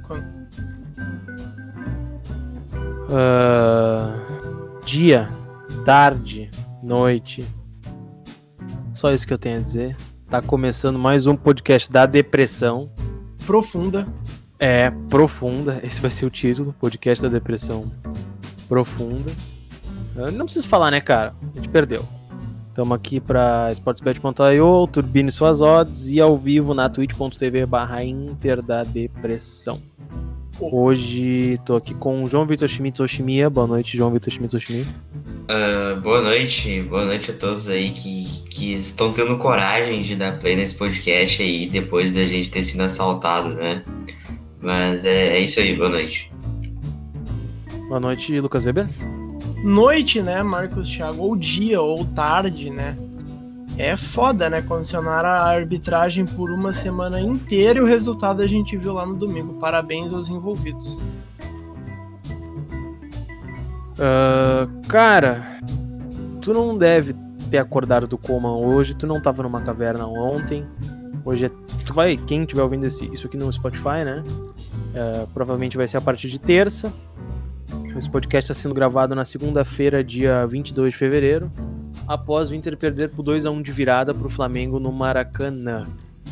Dia, tarde, noite. Só isso que eu tenho a dizer. Tá começando mais um podcast da depressão. Profunda. Profunda. Esse vai ser o título, podcast da depressão profunda. Não preciso falar, né, cara? A gente perdeu. Estamos aqui para sportsbet.io, turbine suas odds e ao vivo na twitch.tv/Inter da Depressão. Hoje tô aqui com o João Vitor Schmitz Oshimiya. Boa noite, João Vitor Schmitz Oshimiya. Boa noite a todos aí que estão tendo coragem de dar play nesse podcast aí depois da gente ter sido assaltado, né? Mas é isso aí, boa noite. Boa noite, Lucas Weber. Noite, né, Marcos Thiago? Ou dia, ou tarde, né? É foda, né? Condicionar a arbitragem por uma semana inteira e o resultado a gente viu lá no domingo. Parabéns aos envolvidos. Cara, tu não deve ter acordado do coma hoje, tu não tava numa caverna ontem. Hoje quem estiver ouvindo isso aqui no Spotify, né? Provavelmente vai ser a partir de terça. Esse podcast está sendo gravado na segunda-feira, dia 22 de fevereiro, após o Inter perder por 2-1 de virada para o Flamengo no Maracanã.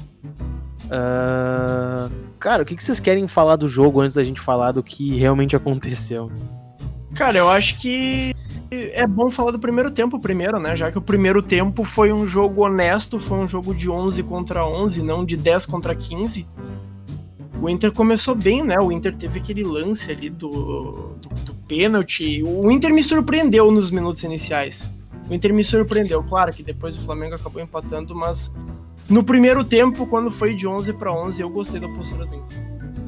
Cara, o que vocês querem falar do jogo antes da gente falar do que realmente aconteceu? Cara, eu acho que é bom falar do primeiro tempo primeiro, né? Já que o primeiro tempo foi um jogo honesto, foi um jogo de 11 contra 11, não de 10 contra 15. O Inter começou bem, né? O Inter teve aquele lance ali do pênalti. O Inter me surpreendeu nos minutos iniciais. O Inter me surpreendeu. Claro que depois o Flamengo acabou empatando, mas no primeiro tempo, quando foi de 11 para 11, eu gostei da postura do Inter.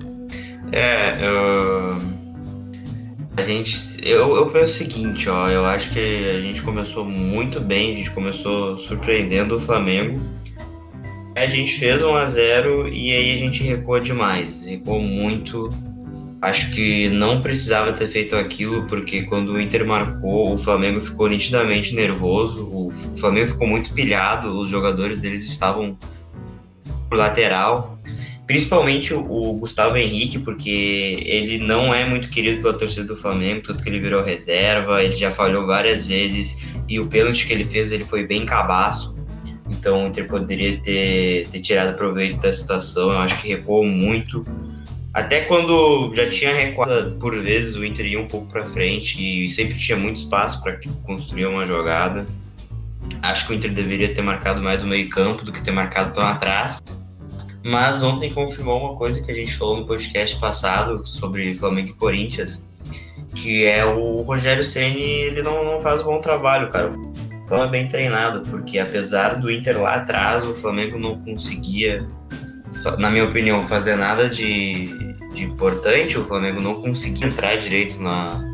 Eu penso o seguinte, ó. Eu acho que a gente começou muito bem, a gente começou surpreendendo o Flamengo. A gente fez 1-0 e aí a gente recuou demais, recuou muito. Acho que não precisava ter feito aquilo, porque quando o Inter marcou, o Flamengo ficou nitidamente nervoso, o Flamengo ficou muito pilhado, os jogadores deles estavam por lateral, principalmente o Gustavo Henrique, porque ele não é muito querido pela torcida do Flamengo, tudo que ele virou reserva, ele já falhou várias vezes, e o pênalti que ele fez, ele foi bem cabaço. Então o Inter poderia ter tirado proveito da situação. Eu acho que recuou muito. Até quando já tinha recuado, por vezes o Inter ia um pouco para frente e sempre tinha muito espaço para construir uma jogada. Acho que o Inter deveria ter marcado mais o meio-campo do que ter marcado tão atrás. Mas ontem confirmou uma coisa que a gente falou no podcast passado sobre Flamengo e Corinthians, que é o Rogério Ceni, ele não faz um bom trabalho, cara. O Flamengo é bem treinado, porque apesar do Inter lá atrás, o Flamengo não conseguia, na minha opinião, fazer nada de importante. O Flamengo não conseguia entrar direito na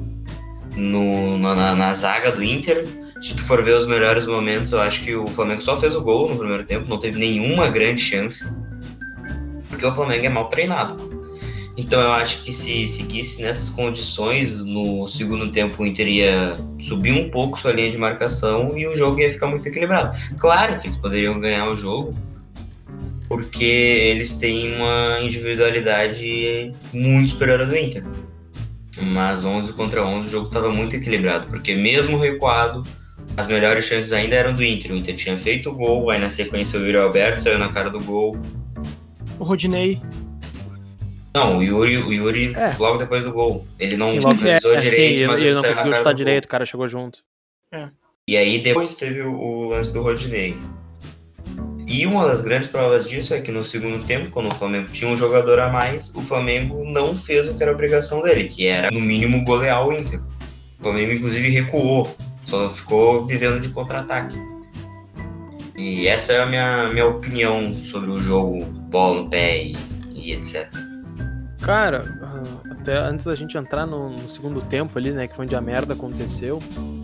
zaga do Inter. Se tu for ver os melhores momentos, eu acho que o Flamengo só fez o gol no primeiro tempo, não teve nenhuma grande chance, porque o Flamengo é mal treinado. Então eu acho que se seguisse nessas condições, no segundo tempo o Inter ia subir um pouco sua linha de marcação e o jogo ia ficar muito equilibrado. Claro que eles poderiam ganhar o jogo, porque eles têm uma individualidade muito superior à do Inter. Mas 11 contra 11 o jogo estava muito equilibrado, porque mesmo recuado, as melhores chances ainda eram do Inter. O Inter tinha feito o gol, aí na sequência o Yuri Alberto saiu na cara do gol. O Rodinei. Não, o Yuri logo depois do gol. Ele não finalizou direito, mas ele não saiu conseguiu chutar direito, o cara chegou junto. E aí depois teve o lance do Rodinei. E uma das grandes provas disso é que no segundo tempo, quando o Flamengo tinha um jogador a mais, o Flamengo não fez o que era a obrigação dele, que era, no mínimo, golear o Inter. O Flamengo, inclusive, recuou, só ficou vivendo de contra-ataque. E essa é a minha opinião sobre o jogo, bola no pé e etc. Cara, até antes da gente entrar no segundo tempo ali, né, que foi onde a merda aconteceu,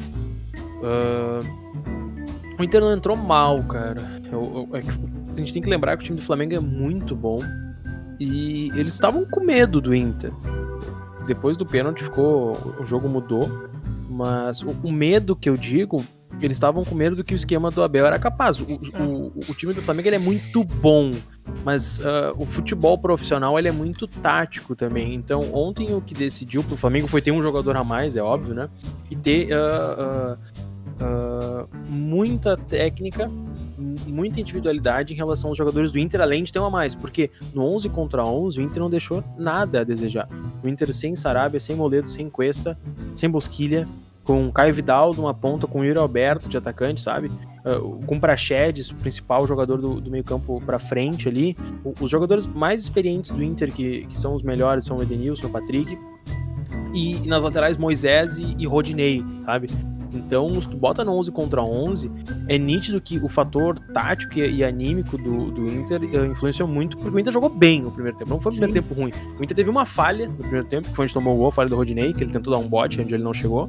o Inter não entrou mal, cara. A gente tem que lembrar que o time do Flamengo é muito bom e eles estavam com medo do Inter. Depois do pênalti o jogo mudou, mas o medo que eu digo, eles estavam com medo do que o esquema do Abel era capaz. O time do Flamengo ele é muito bom. Mas o futebol profissional, ele é muito tático também. Então, ontem o que decidiu pro Flamengo foi ter um jogador a mais, é óbvio, né? E ter muita técnica, muita individualidade em relação aos jogadores do Inter, além de ter uma a mais. Porque no 11 contra 11, o Inter não deixou nada a desejar. O Inter sem Sarabia, sem Moledo, sem Cuesta, sem Bosquilha, com Caio Vidal numa ponta, com Yuri Alberto de atacante, sabe? Com Praxedes, o principal jogador do meio campo pra frente ali. Os jogadores mais experientes do Inter, que são os melhores, são o Edenilson, o Patrick. E nas laterais, Moisés e Rodinei, sabe? Então, se tu bota no 11 contra 11, é nítido que o fator tático e anímico do Inter influenciou muito, porque o Inter jogou bem no primeiro tempo. Não foi um primeiro tempo ruim. O Inter teve uma falha no primeiro tempo, que foi onde tomou o gol, a falha do Rodinei, que ele tentou dar um bote onde ele não chegou.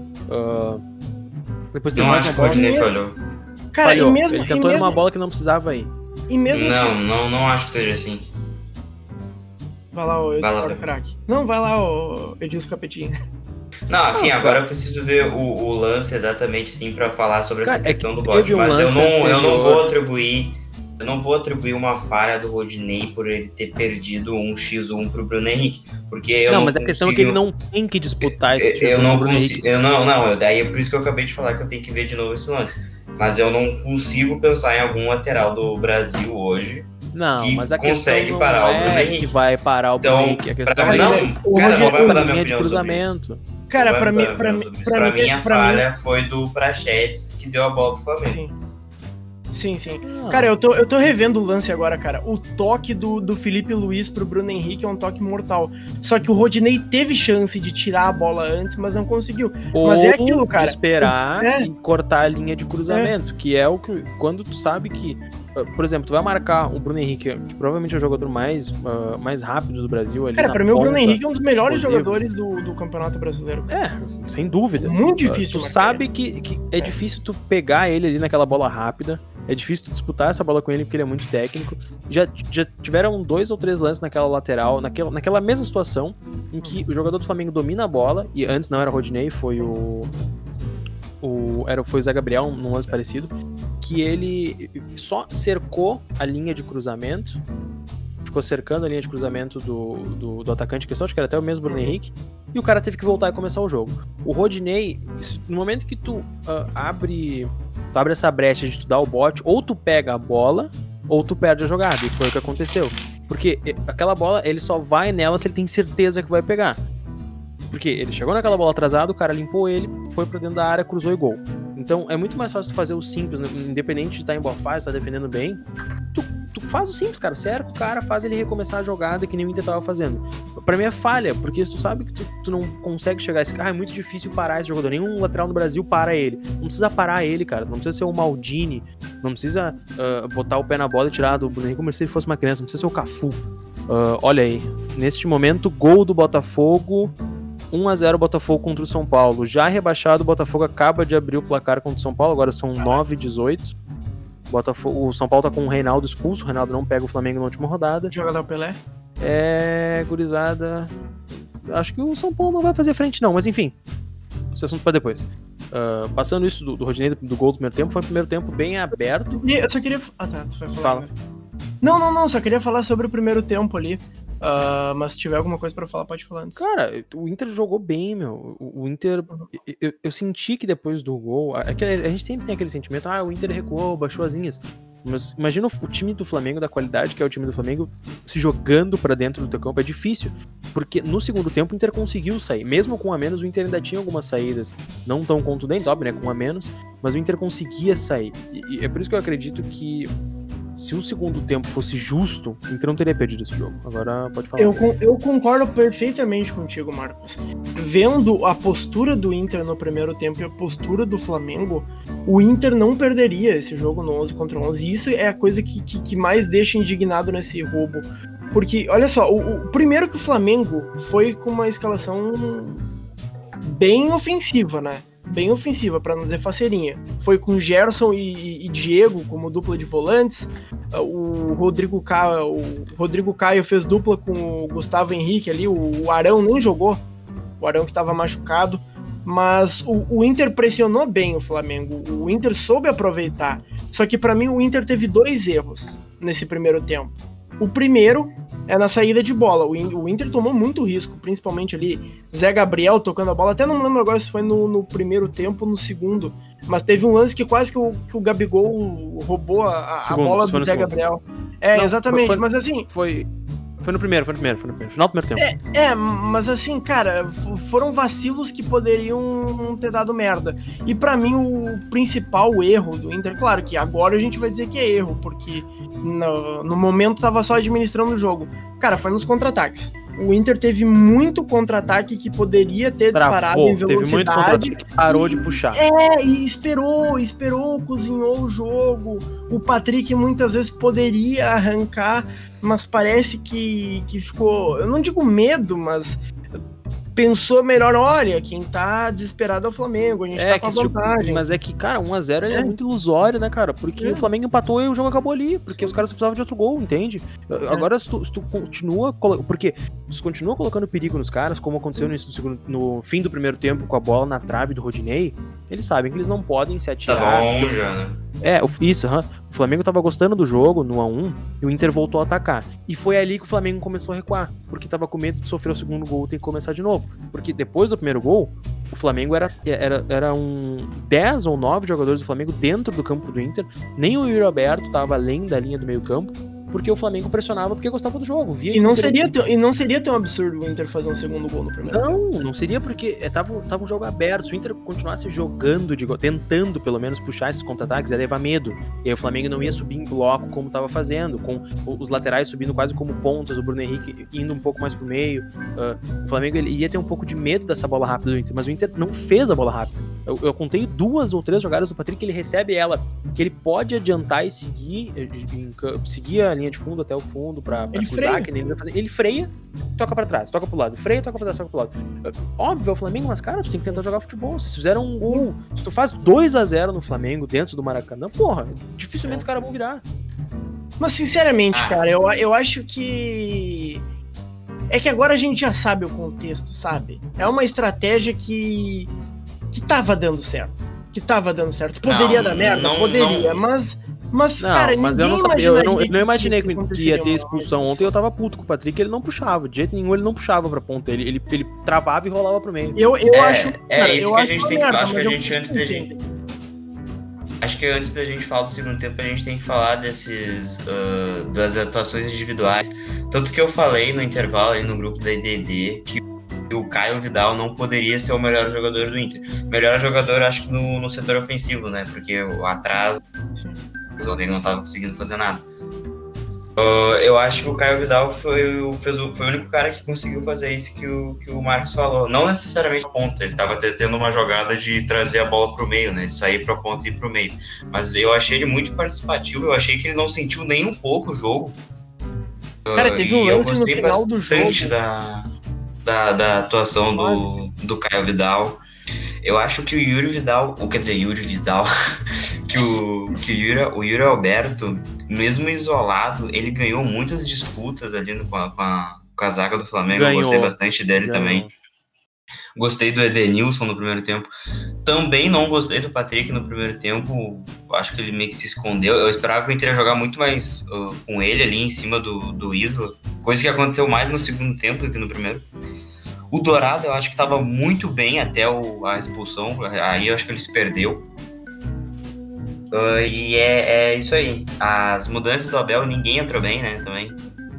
Depois tem mais uma bola. Rodinei falhou. Cara, Falhou. e mesmo... Ele tentou numa bola que não precisava ir. E mesmo Não acho que seja assim. Vai lá, ô Vai lá, Edilson craque. Não, vai lá, ô Edilson Capetinho. Não, enfim, agora eu preciso ver o lance exatamente, sim, pra falar sobre essa questão do bote. teve um Mas lance eu não anterior. vou atribuir uma falha do Rodinei por ele ter perdido um x1 pro Bruno Henrique, porque eu não mas a questão é que ele não tem que disputar esse título. Eu não consigo, daí é por isso que eu acabei de falar que eu tenho que ver de novo esse lance. Mas eu não consigo pensar em algum lateral do Brasil hoje Não, mas a consegue questão parar não o Bruno é Henrique. que vai parar o Bruno Então, Henrique. A questão pra mim, é não vai mudar minha linha de opinião sobre cruzamento. Cara, pra mim... Pra mim, a falha foi do Praxedes, que deu a bola pro Flamengo. Sim. Cara, eu tô revendo o lance agora, cara. O toque do Felipe Luiz pro Bruno Henrique é um toque mortal. Só que o Rodinei teve chance de tirar a bola antes, mas não conseguiu. Mas é aquilo, cara. Esperar e cortar a linha de cruzamento, que é o que... Quando tu sabe que... Por exemplo, tu vai marcar o Bruno Henrique, que provavelmente é o jogador mais rápido do Brasil. Ali, cara, pra mim o Bruno Henrique é um dos melhores explosivo. jogadores do Campeonato Brasileiro. Sem dúvida. Muito difícil. Tu sabe que é difícil tu pegar ele ali naquela bola rápida. É difícil tu disputar essa bola com ele porque ele é muito técnico. Já tiveram 2 ou 3 lances naquela lateral, naquela mesma situação, em que o jogador do Flamengo domina a bola, e antes não era o Rodinei, foi foi o Zé Gabriel num lance parecido, que ele só cercou a linha de cruzamento, ficou cercando a linha de cruzamento do atacante em questão, acho que era até o mesmo Bruno Henrique, e o cara teve que voltar e começar o jogo. O Rodinei, no momento que tu abre essa brecha de tu dar o bote, ou tu pega a bola, ou tu perde a jogada, e foi o que aconteceu. Porque aquela bola, ele só vai nela se ele tem certeza que vai pegar. Porque ele chegou naquela bola atrasada, o cara limpou ele, foi pra dentro da área, cruzou e gol. Então é muito mais fácil tu fazer o simples, né? Independente de estar em boa fase, tá defendendo bem, tu faz o simples, cara. Cerca o cara, faz ele recomeçar a jogada que nem o Inter tava fazendo. Pra mim é falha, porque se tu sabe que tu não consegue chegar a esse cara, é muito difícil parar esse jogador. Nenhum lateral no Brasil para ele. Não precisa parar ele, cara. Não precisa ser o Maldini, não precisa botar o pé na bola e tirar do Bruno Henrique como se ele fosse uma criança, não precisa ser o Cafu. Olha aí, neste momento, gol do Botafogo. 1-0 Botafogo contra o São Paulo. Já rebaixado, o Botafogo acaba de abrir o placar contra o São Paulo. Agora são 9-18. O São Paulo tá com o Reinaldo expulso. O Reinaldo não pega o Flamengo na última rodada. Jogador Pelé? Gurizada. Acho que o São Paulo não vai fazer frente, não. Mas enfim, esse assunto pra depois. Passando isso do Rodinei, do gol do primeiro tempo, foi um primeiro tempo bem aberto. Eu só queria... Ah, tá. Tu vai falar. Fala. Não. Só queria falar sobre o primeiro tempo ali. Mas se tiver alguma coisa pra falar, pode falar antes. Cara, o Inter jogou bem, meu. O Inter... Eu senti que depois do gol... A gente sempre tem aquele sentimento, o Inter recuou, baixou as linhas. Mas imagina o time do Flamengo, da qualidade que é o time do Flamengo, se jogando pra dentro do teu campo. É difícil, porque no segundo tempo o Inter conseguiu sair. Mesmo com a menos, o Inter ainda tinha algumas saídas não tão contundentes, óbvio, né, com a menos, mas o Inter conseguia sair. E é por isso que eu acredito que se o segundo tempo fosse justo, o Inter não teria perdido esse jogo. Agora pode falar. Eu concordo perfeitamente contigo, Marcos. Vendo a postura do Inter no primeiro tempo e a postura do Flamengo, o Inter não perderia esse jogo no 11 contra 11. E isso é a coisa que mais deixa indignado nesse roubo. Porque, olha só, o primeiro que o Flamengo foi com uma escalação bem ofensiva, né? Bem ofensiva, pra não dizer faceirinha. Foi com Gerson e Diego como dupla de volantes. O Rodrigo Caio fez dupla com o Gustavo Henrique ali. O Arão nem jogou. O Arão que estava machucado. Mas o Inter pressionou bem o Flamengo. O Inter soube aproveitar. Só que pra mim o Inter teve 2 erros nesse primeiro tempo. O primeiro é na saída de bola. O Inter tomou muito risco, principalmente ali Zé Gabriel tocando a bola. Até não lembro agora se foi no primeiro tempo ou no segundo. Mas teve um lance que quase que o Gabigol roubou a bola do Zé Gabriel. Não, exatamente. Mas assim... Foi no primeiro, final do primeiro tempo. Mas assim, cara, foram vacilos que poderiam ter dado merda. E pra mim o principal erro do Inter, claro que agora a gente vai dizer que é erro, porque no momento tava só administrando o jogo. Cara, foi nos contra-ataques. O Inter teve muito contra-ataque que poderia ter disparado em velocidade. Teve muito contra-ataque que parou de puxar. E esperou, cozinhou o jogo. O Patrick muitas vezes poderia arrancar, mas parece que ficou, eu não digo medo, mas pensou melhor, olha, quem tá desesperado é o Flamengo, a gente tá com a vantagem. Mas é que, cara, 1x0 é muito ilusório, né, cara? Porque o Flamengo empatou e o jogo acabou ali, porque os caras precisavam de outro gol, entende? Agora, se tu continua... Porque se tu continua colocando perigo nos caras, como aconteceu no fim do primeiro tempo com a bola na trave do Rodinei, eles sabem que eles não podem se atirar. Tá bom já, né? O Flamengo tava gostando do jogo, no 1x1, e o Inter voltou a atacar. E foi ali que o Flamengo começou a recuar, porque tava com medo de sofrer o segundo gol e ter que começar de novo. Porque depois do primeiro gol, o Flamengo era 10 ou 9 jogadores do Flamengo dentro do campo do Inter, nem o Yuri Alberto tava além da linha do meio campo, porque o Flamengo pressionava porque gostava do jogo. E não seria tão absurdo o Inter fazer um segundo gol no primeiro tempo. Não seria, porque tava um jogo aberto. Se o Inter continuasse jogando, tentando pelo menos puxar esses contra-ataques, ia levar medo. E aí o Flamengo não ia subir em bloco como tava fazendo, com os laterais subindo quase como pontas, o Bruno Henrique indo um pouco mais pro meio. O Flamengo ele ia ter um pouco de medo dessa bola rápida do Inter, mas o Inter não fez a bola rápida. Eu contei 2 ou 3 jogadas do Patrick que ele recebe ela, que ele pode adiantar e seguir a linha de fundo até o fundo pra cruzar, que nem ele vai fazer. Ele freia, toca pra trás, toca pro lado, freia, toca pra trás, toca pro lado. Óbvio, é o Flamengo, mas cara, tu tem que tentar jogar futebol. Se fizeram um gol, se tu faz 2x0 no Flamengo dentro do Maracanã, porra, dificilmente os caras vão virar. Mas sinceramente, cara, eu acho que é que agora a gente já sabe o contexto, sabe? É uma estratégia que tava dando certo. Poderia dar merda? Poderia, mas cara, eu não sabia, eu não imaginei que ia ter expulsão ontem. Eu tava puto com o Patrick, ele não puxava, de jeito nenhum ele não puxava pra ponta, ele travava e rolava pro meio. Eu acho, cara, isso que a gente tem que falar, acho que antes da gente falar do segundo tempo, a gente tem que falar das atuações individuais. Tanto que eu falei no intervalo aí no grupo da IDD que o Caio Vidal não poderia ser o melhor jogador do Inter. Melhor jogador, acho que no setor ofensivo, né? Porque atrás o Flamengo não tava conseguindo fazer nada. Eu acho que o Caio Vidal foi o único cara que conseguiu fazer isso que o Marcos falou. Não necessariamente a ponta, ele estava tendo uma jogada de trazer a bola pro meio, né? De sair pra ponta e ir pro meio. Mas eu achei ele muito participativo, eu achei que ele não sentiu nem um pouco o jogo. Cara, teve um lance no final do jogo. Da atuação do Caio Vidal. Eu acho que o Yuri Vidal, que o Yuri Alberto, mesmo isolado, ele ganhou muitas disputas ali com a zaga do Flamengo. Eu gostei bastante dele também. Gostei do Edenilson no primeiro tempo. Também não gostei do Patrick no primeiro tempo. Acho que ele meio que se escondeu. Eu esperava que o Inter ia jogar muito mais com ele ali em cima do Isla. Coisa que aconteceu mais no segundo tempo do que no primeiro. O Dourado eu acho que estava muito bem até a expulsão. Aí eu acho que ele se perdeu. E é isso aí. As mudanças do Abel, ninguém entrou bem, né, também.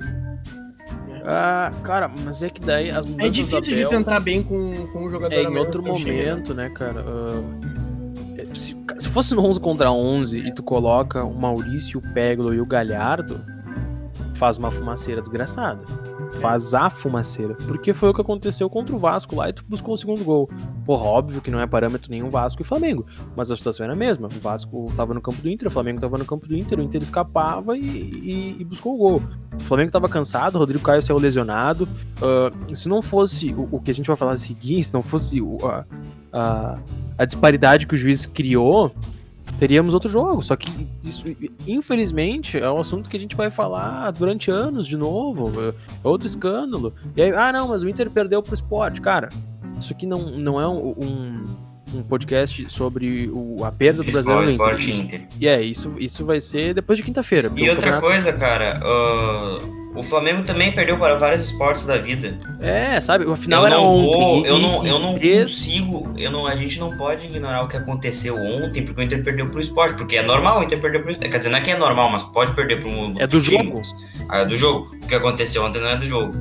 Cara, mas é que daí as mudanças é difícil de entrar bem com um jogador em outro momento, né, cara? Se fosse no 11 contra 11 e tu coloca o Maurício, o Peglo e o Galhardo, faz uma fumaceira desgraçada. Faz a fumaceira. Porque foi o que aconteceu contra o Vasco lá e tu buscou o segundo gol. Porra, óbvio que não é parâmetro nenhum Vasco e Flamengo. Mas a situação era a mesma. O Vasco tava no campo do Inter, o Flamengo tava no campo do Inter, o Inter escapava e buscou o gol. O Flamengo tava cansado, o Rodrigo Caio saiu lesionado. Se não fosse o que a gente vai falar a seguir, se não fosse a disparidade que o juiz criou, teríamos outro jogo. Só que isso, infelizmente, é um assunto que a gente vai falar durante anos de novo. É outro escândalo. E aí, não, mas o Inter perdeu pro Sport. Cara, isso aqui não é um podcast sobre a perda do Brasileiro no Esporte Inter. Inter. Isso vai ser depois de quinta-feira. E outra coisa, cara, o Flamengo também perdeu para vários esportes da vida. Sabe? O final era ontem. A gente não pode ignorar o que aconteceu ontem, porque o Inter perdeu pro esporte, porque é normal o Inter perder pro... Quer dizer, não é que é normal, mas pode perder pro mundo. É do jogo. É do jogo. O que aconteceu ontem não é do jogo.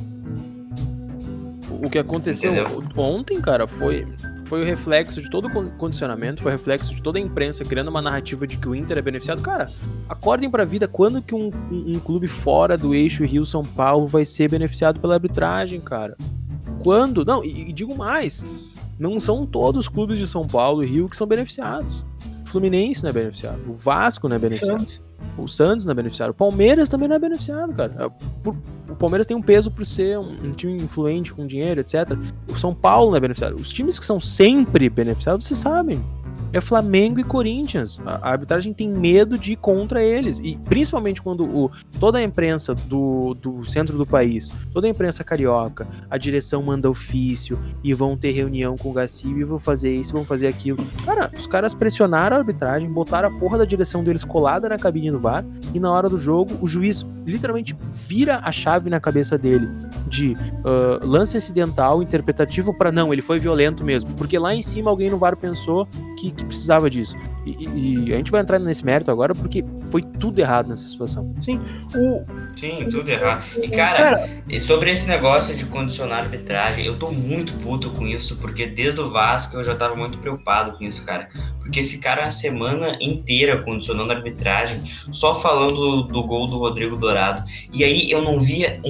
O que aconteceu ontem, cara, foi o reflexo de todo o condicionamento, foi o reflexo de toda a imprensa criando uma narrativa de que o Inter é beneficiado. Cara, acordem pra vida, quando que um clube fora do eixo Rio-São Paulo vai ser beneficiado pela arbitragem, cara? Quando? Não, e digo mais, não são todos os clubes de São Paulo e Rio que são beneficiados. O Fluminense não é beneficiado, o Vasco não é beneficiado. O Santos não é beneficiado, o Palmeiras também não é beneficiado, cara. O Palmeiras tem um peso por ser um time influente, com dinheiro, etc. O São Paulo não é beneficiado. Os times que são sempre beneficiados, vocês sabem. É Flamengo e Corinthians. A arbitragem tem medo de ir contra eles. E principalmente quando toda a imprensa do centro do país, toda a imprensa carioca, a direção manda ofício e vão ter reunião com o Gaciba e vão fazer isso, vão fazer aquilo. Cara, os caras pressionaram a arbitragem, botaram a porra da direção deles colada na cabine do VAR e na hora do jogo o juiz literalmente vira a chave na cabeça dele de lance acidental, interpretativo para não, ele foi violento mesmo. Porque lá em cima alguém no VAR pensou que precisava disso. E a gente vai entrar nesse mérito agora porque foi tudo errado nessa situação. Sim, tudo errado. E cara, sobre esse negócio de condicionar a arbitragem, eu tô muito puto com isso, porque desde o Vasco eu já tava muito preocupado com isso, cara. Porque ficaram a semana inteira condicionando a arbitragem, só falando do gol do Rodrigo Dourado. E aí eu não via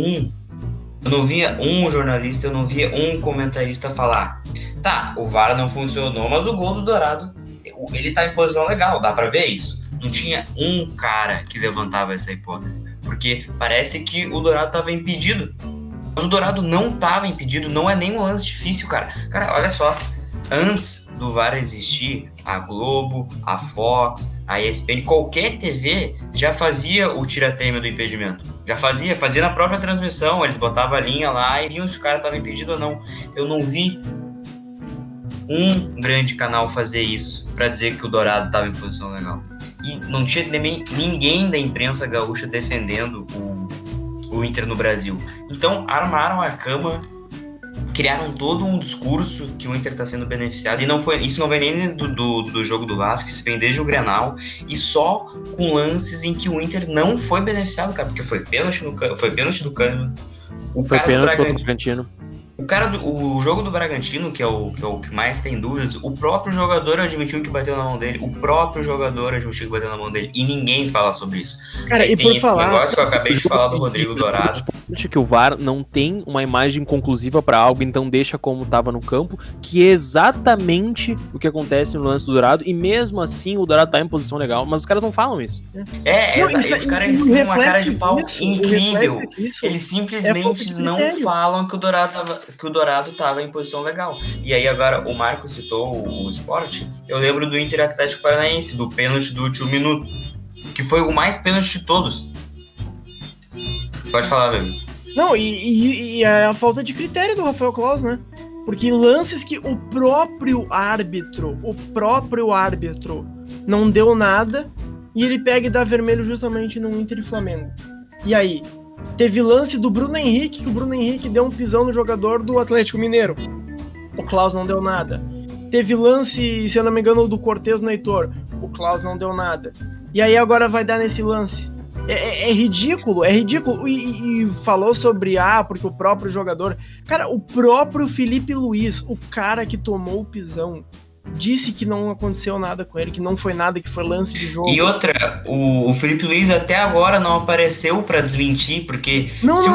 um jornalista, eu não via um comentarista falar: tá, o VAR não funcionou, mas o gol do Dourado, ele tá em posição legal, dá pra ver isso. Não tinha um cara que levantava essa hipótese, porque parece que o Dourado tava impedido. Mas o Dourado não tava impedido, não é nem um lance difícil, cara. Cara, olha só, antes do VAR existir, a Globo, a Fox, a ESPN, qualquer TV já fazia o tira-teima do impedimento. Já fazia na própria transmissão, eles botavam a linha lá e viam se o cara tava impedido ou não. Eu não vi um grande canal fazer isso pra dizer que o Dourado estava em posição legal. E não tinha ninguém da imprensa gaúcha defendendo o Inter no Brasil. Então armaram a cama, criaram todo um discurso que o Inter está sendo beneficiado, e isso não vem nem do jogo do Vasco, isso vem desde o Grenal, e só com lances em que o Inter não foi beneficiado, cara, porque foi pênalti do Cano, foi pênalti contra o Bragantino. O jogo do Bragantino, que é o que mais tem dúvidas, o próprio jogador admitiu que bateu na mão dele. E ninguém fala sobre isso. Cara, e por falar... Esse negócio que eu acabei de falar do Rodrigo Dourado. Que o VAR não tem uma imagem conclusiva pra algo, então deixa como tava no campo, que é exatamente o que acontece no lance do Dourado, e mesmo assim o Dourado tá em posição legal, mas os caras não falam isso. Os caras têm uma cara de pau incrível. Eles simplesmente não falam que o Dourado tava em posição legal. E aí agora o Marcos citou o Sport, eu lembro do Inter Atlético Paranaense, do pênalti do último minuto, que foi o mais pênalti de todos. Pode falar, velho. Não, e a falta de critério do Rafael Claus, né? Porque lances que o próprio árbitro não deu nada, e ele pega e dá vermelho justamente no Inter e Flamengo. E aí? Teve lance do Bruno Henrique, que o Bruno Henrique deu um pisão no jogador do Atlético Mineiro. O Claus não deu nada. Teve lance, se eu não me engano, do Cortez no Heitor. O Claus não deu nada. E aí agora vai dar nesse lance. É ridículo. E falou sobre, porque o próprio jogador... Cara, o próprio Felipe Luiz, o cara que tomou o pisão, disse que não aconteceu nada com ele, que não foi nada, que foi lance de jogo. E outra, o Felipe Luiz até agora não apareceu pra desmentir, porque...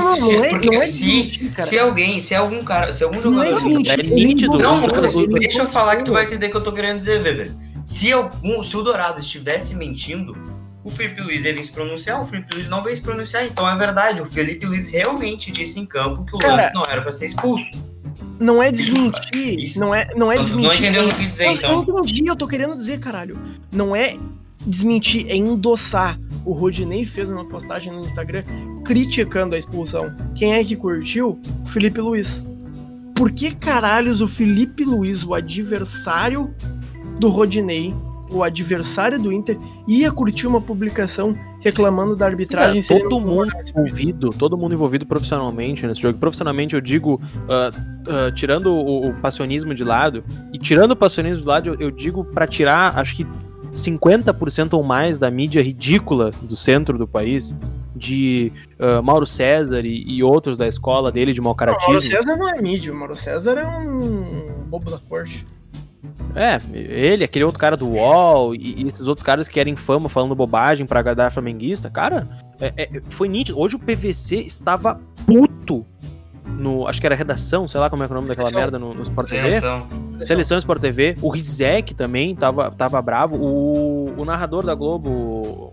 Se algum jogador... Deixa eu falar que tu vai entender o que eu tô querendo dizer, Weber. Se o Dourado estivesse mentindo, o Felipe Luiz ia vir se pronunciar, o Felipe Luiz não veio se pronunciar, então é verdade, o Felipe Luiz realmente disse em campo que o lance não era pra ser expulso. Não é desmentir, não é desmentir. Não entendeu o que dizer, então. Eu entendi, eu tô querendo dizer, caralho. Não é desmentir, é endossar. O Rodinei fez uma postagem no Instagram criticando a expulsão. Quem é que curtiu? O Felipe Luiz. por que caralhos o Felipe Luiz, o adversário do Rodinei, o adversário do Inter, ia curtir uma publicação reclamando da arbitragem? Cara, todo mundo envolvido profissionalmente nesse jogo. Profissionalmente eu digo, tirando o passionismo de lado, e tirando o passionismo de lado, eu digo pra tirar, acho que 50% ou mais da mídia ridícula do centro do país, de Mauro César e outros da escola dele de mau caratismo. Mauro César não é mídia, o Mauro César é um bobo da corte. Ele, aquele outro cara do UOL e esses outros caras que querem fama falando bobagem pra agradar flamenguista, cara, foi nítido. Hoje o PVC estava puto acho que era redação, sei lá como é que é o nome daquela merda no Sport TV. Seleção Sport TV. O Rizek também tava bravo. O narrador da Globo,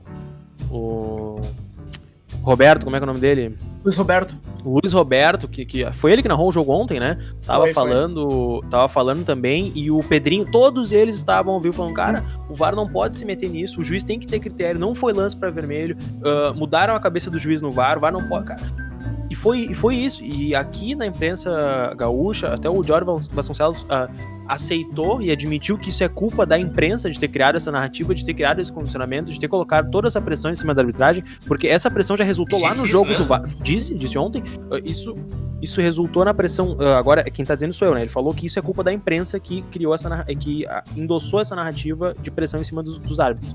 o Roberto, como é que é o nome dele? Luiz Roberto. O Luiz Roberto, que foi ele que narrou o jogo ontem, né? Tava falando também, e o Pedrinho, todos eles estavam ouvindo, falando, cara, o VAR não pode se meter nisso, o juiz tem que ter critério, não foi lance pra vermelho, mudaram a cabeça do juiz no VAR, o VAR não pode, cara. E foi isso, e aqui na imprensa gaúcha, até o Jorge Vasconcelos aceitou e admitiu que isso é culpa da imprensa de ter criado essa narrativa, de ter criado esse condicionamento, de ter colocado toda essa pressão em cima da arbitragem, porque essa pressão já resultou lá no jogo do VAR. Disse ontem, isso resultou na pressão. Agora, quem tá dizendo sou eu, né? Ele falou que isso é culpa da imprensa que criou que endossou essa narrativa de pressão em cima dos árbitros.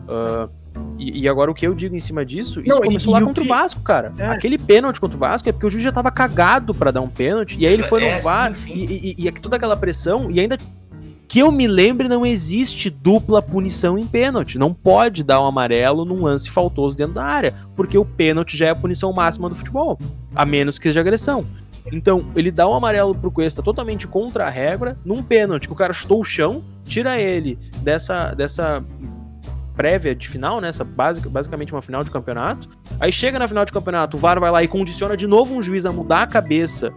E agora o que eu digo em cima disso, isso começou lá contra o Vasco, cara. Aquele pênalti contra o Vasco é porque o juiz já tava cagado pra dar um pênalti, e aí ele foi no VAR, sim. E toda aquela pressão, e ainda que eu me lembre, não existe dupla punição em pênalti. Não pode dar um amarelo num lance faltoso dentro da área, porque o pênalti já é a punição máxima do futebol, a menos que seja agressão. Então, ele dá um amarelo pro Cuesta totalmente contra a regra, num pênalti que o cara chutou o chão, tira ele dessa prévia de final, né? Basicamente uma final de campeonato. Aí chega na final de campeonato, o VAR vai lá e condiciona de novo um juiz a mudar a cabeça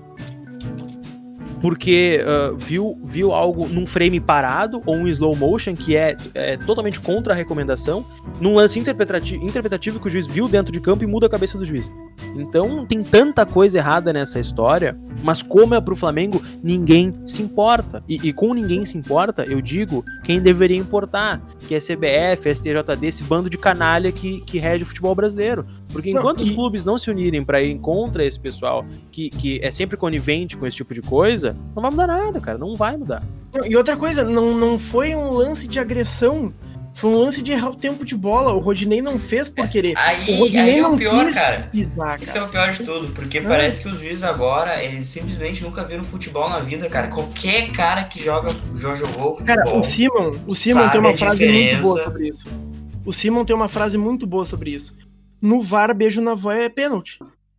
porque viu algo num frame parado ou um slow motion que é totalmente contra a recomendação, num lance interpretativo que o juiz viu dentro de campo e muda a cabeça do juiz. Então tem tanta coisa errada nessa história, mas como é pro Flamengo, ninguém se importa. E com ninguém se importa, eu digo quem deveria importar, que é a CBF, a STJD, esse bando de canalha que rege o futebol brasileiro. Porque enquanto os clubes não se unirem pra ir contra esse pessoal que é sempre conivente com esse tipo de coisa, não vai mudar nada, cara, não vai mudar. E outra coisa, não foi um lance de agressão, foi um lance de errar o tempo de bola. O Rodinei não fez por querer. O Rodinei não pior, cara. Pisar, cara. Isso é o pior de tudo, porque parece que os juízes agora, eles simplesmente nunca viram futebol na vida, cara. Qualquer cara que jogou futebol... Cara, o Simon tem uma frase muito boa sobre isso. O Simon tem uma frase muito boa sobre isso. No VAR, beijo na avó é pênalti.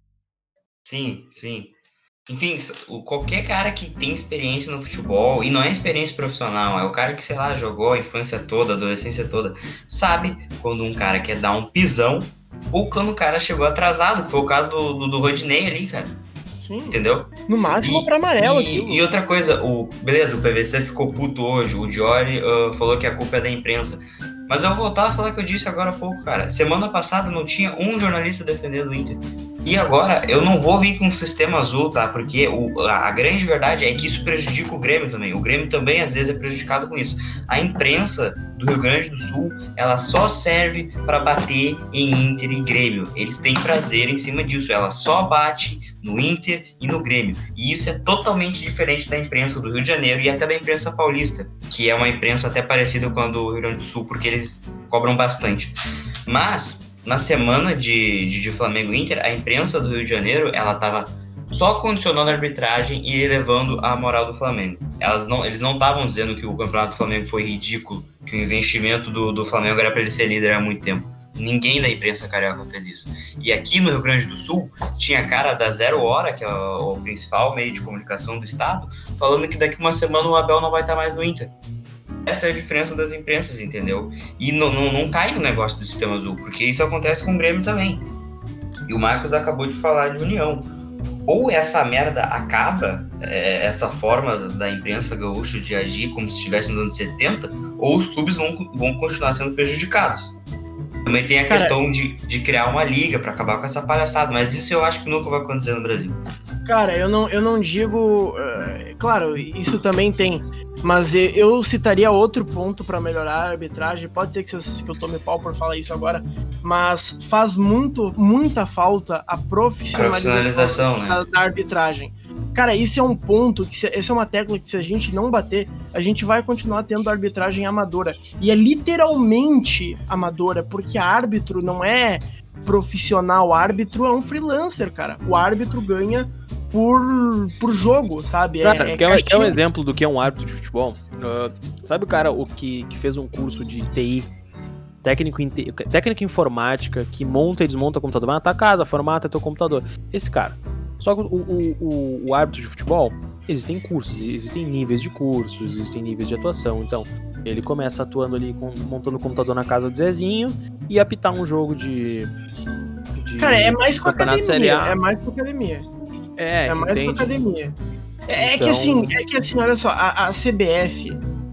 Sim. Enfim, qualquer cara que tem experiência no futebol, e não é experiência profissional, é o cara que, sei lá, jogou a infância toda, a adolescência toda, sabe quando um cara quer dar um pisão ou quando o cara chegou atrasado, que foi o caso do Rodinei ali, cara. Sim. Entendeu? No máximo pra amarelo. E outra coisa, beleza, o PVC ficou puto hoje, o Diori falou que a culpa é da imprensa. Mas eu vou voltar a falar o que eu disse agora há pouco, cara. Semana passada não tinha um jornalista defendendo o Inter. E agora, eu não vou vir com o sistema azul, tá? Porque a grande verdade é que isso prejudica o Grêmio também. O Grêmio também, às vezes, é prejudicado com isso. A imprensa do Rio Grande do Sul, ela só serve para bater em Inter e Grêmio. Eles têm prazer em cima disso. Ela só bate no Inter e no Grêmio. E isso é totalmente diferente da imprensa do Rio de Janeiro e até da imprensa paulista, que é uma imprensa até parecida com a do Rio Grande do Sul, porque eles cobram bastante. Mas, na semana de Flamengo e Inter, a imprensa do Rio de Janeiro, ela estava só condicionando a arbitragem e elevando a moral do Flamengo. Eles não estavam dizendo que o campeonato do Flamengo foi ridículo, que o investimento do Flamengo era para ele ser líder há muito tempo. Ninguém da imprensa carioca fez isso. E aqui no Rio Grande do Sul, tinha cara da Zero Hora, que é o principal meio de comunicação do estado, falando que daqui uma semana o Abel não vai estar mais no Inter. Essa é a diferença das imprensas, entendeu? E não cai no negócio do sistema azul, porque isso acontece com o Grêmio também. E o Marcos acabou de falar de união. Ou essa merda acaba, essa forma da imprensa gaúcha de agir como se estivesse nos anos 70, ou os clubes vão continuar sendo prejudicados. Também tem a questão de criar uma liga pra acabar com essa palhaçada, mas isso eu acho que nunca vai acontecer no Brasil. Cara, eu não digo... claro, isso também tem, mas eu citaria outro ponto pra melhorar a arbitragem. Pode ser que eu tome pau por falar isso agora, mas faz muita falta a profissionalização né? da arbitragem. Cara, isso é um ponto, essa é uma tecla que se a gente não bater, a gente vai continuar tendo arbitragem amadora. E é literalmente amadora, porque árbitro não é profissional, árbitro é um freelancer, cara. O árbitro ganha por jogo, sabe? Cara, quer um exemplo do que é um árbitro de futebol? Sabe o cara que fez um curso de TI, técnica informática, que monta e desmonta o computador, vai na tua casa, formata teu computador. Esse cara. Só que o árbitro de futebol, existem cursos, existem níveis de cursos, existem níveis de atuação. Então, ele começa atuando ali, montando o computador na casa do Zezinho e apitar um jogo de cara, é mais com academia. É mais com academia. É mais com academia. Então... É que assim, olha só, a CBF,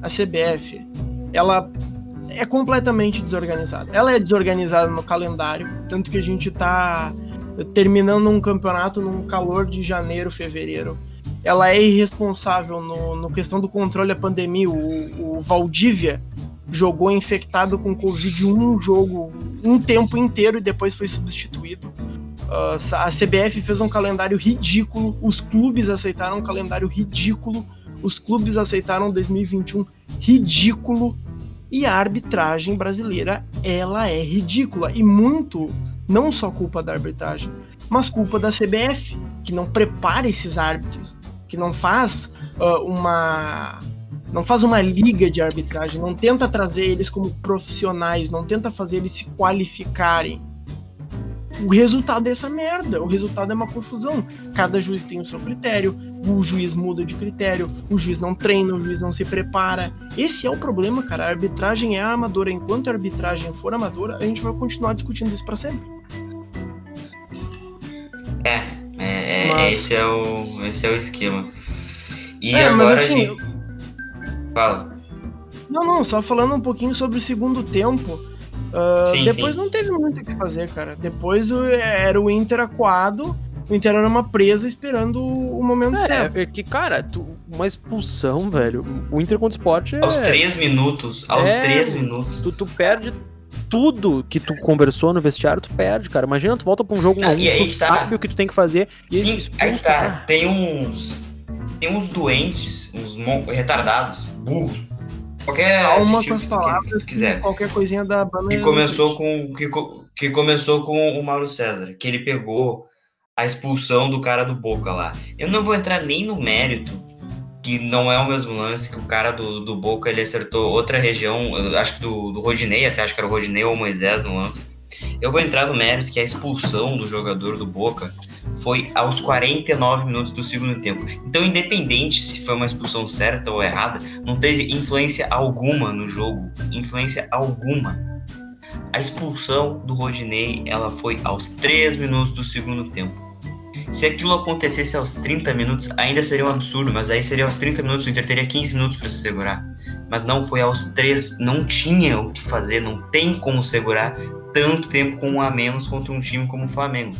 ela é completamente desorganizada. Ela é desorganizada no calendário, tanto que a gente tá terminando um campeonato num calor de janeiro, fevereiro. Ela é irresponsável no questão do controle da pandemia. O Valdívia jogou infectado com Covid um tempo inteiro e depois foi substituído. A CBF fez um calendário ridículo, os clubes aceitaram um calendário ridículo, os clubes aceitaram 2021 ridículo, e a arbitragem brasileira, ela é ridícula, e muito, não só culpa da arbitragem, mas culpa da CBF, que não prepara esses árbitros, que não faz uma liga de arbitragem, não tenta trazer eles como profissionais, não tenta fazer eles se qualificarem. O resultado é essa merda, o resultado é uma confusão. Cada juiz tem o seu critério, o juiz muda de critério, o juiz não treina, o juiz não se prepara. Esse é o problema, cara. A arbitragem é amadora. Enquanto a arbitragem for amadora, a gente vai continuar discutindo isso pra sempre. Mas... esse é o esquema. E agora mas assim, fala. Não, só falando um pouquinho sobre o segundo tempo. Depois não teve muito o que fazer, cara. Depois era o Inter acuado, o Inter era uma presa esperando o momento certo. É que, cara, uma expulsão, velho. O Inter contra o Sport Aos 3 minutos. Tu perde tudo que tu conversou no vestiário, tu perde, cara. Imagina, tu volta pra um jogo tu sabe o que tu tem que fazer. Sim, aí tá. Tem uns doentes, uns retardados, burros. Qualquer calma com as palavras que tu quiser. Qualquer coisinha da banda. Que começou com o Mauro César, que ele pegou a expulsão do cara do Boca lá. Eu não vou entrar nem no mérito, que não é o mesmo lance, que o cara do Boca, ele acertou outra região, acho que do Rodinei, até acho que era o Rodinei ou o Moisés no lance. Eu vou entrar no mérito que a expulsão do jogador do Boca foi aos 49 minutos do segundo tempo. Então, independente se foi uma expulsão certa ou errada, não teve influência alguma no jogo. Influência alguma. A expulsão do Rodinei, ela foi aos 3 minutos do segundo tempo. Se aquilo acontecesse aos 30 minutos, ainda seria um absurdo, mas aí seria aos 30 minutos, o Inter teria 15 minutos para se segurar. Mas não foi aos 3, não tinha o que fazer, não tem como segurar tanto tempo com um a menos contra um time como o Flamengo.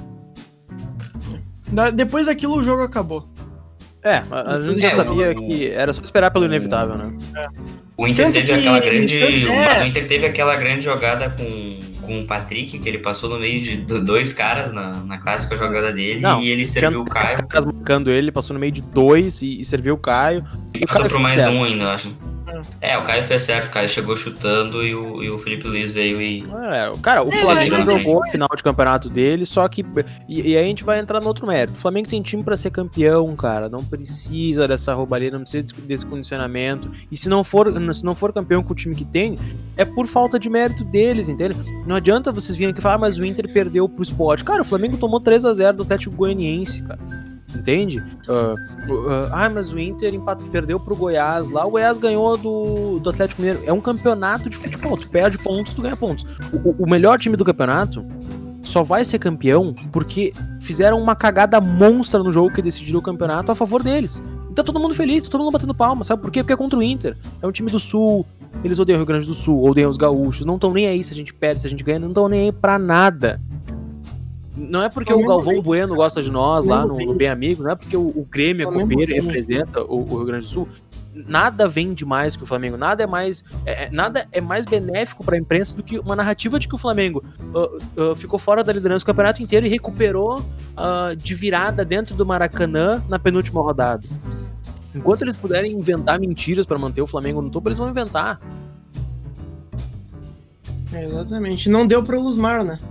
Depois daquilo o jogo acabou. A gente já sabia que era só esperar pelo inevitável, né? O Inter teve aquela grande. Mas o Inter teve aquela grande jogada com o Patrick, que ele passou no meio de 2 caras na clássica jogada dele. Não, e ele serviu o Caio. Os caras marcando ele, passou no meio de 2 e serviu o Caio. E passou pro mais certo. Um ainda, eu acho. O Caio fez certo, o Caio chegou chutando e o Felipe Luiz veio e... Cara, o Flamengo jogou o final de campeonato dele, só que... E aí a gente vai entrar no outro mérito. O Flamengo tem time pra ser campeão, cara. Não precisa dessa roubalheira, não precisa desse condicionamento. E se não for campeão com o time que tem, é por falta de mérito deles, entende? Não adianta vocês virem aqui e falar, mas o Inter perdeu pro Sport. Cara, o Flamengo tomou 3-0 do Atlético Goianiense, cara. Entende? Mas o Inter perdeu pro Goiás lá. O Goiás ganhou do Atlético Mineiro. É um campeonato de futebol. Tu perde pontos, tu ganha pontos. O melhor time do campeonato só vai ser campeão porque fizeram uma cagada monstra no jogo que decidiu o campeonato a favor deles. Então todo mundo feliz, todo mundo batendo palma. Sabe por quê? Porque é contra o Inter. É um time do Sul. Eles odeiam o Rio Grande do Sul, odeiam os gaúchos. Não estão nem aí se a gente perde, se a gente ganha. Não estão nem aí pra nada. Não é porque o Galvão Bueno gosta de nós lá no Bem Amigo, não é porque o Grêmio é copeiro e representa o Rio Grande do Sul. Nada vende mais que o Flamengo, nada é mais benéfico para a imprensa do que uma narrativa de que o Flamengo ficou fora da liderança do campeonato inteiro e recuperou de virada dentro do Maracanã na penúltima rodada. Enquanto eles puderem inventar mentiras para manter o Flamengo no topo, eles vão inventar. Exatamente. Não deu para o Lusmar, né?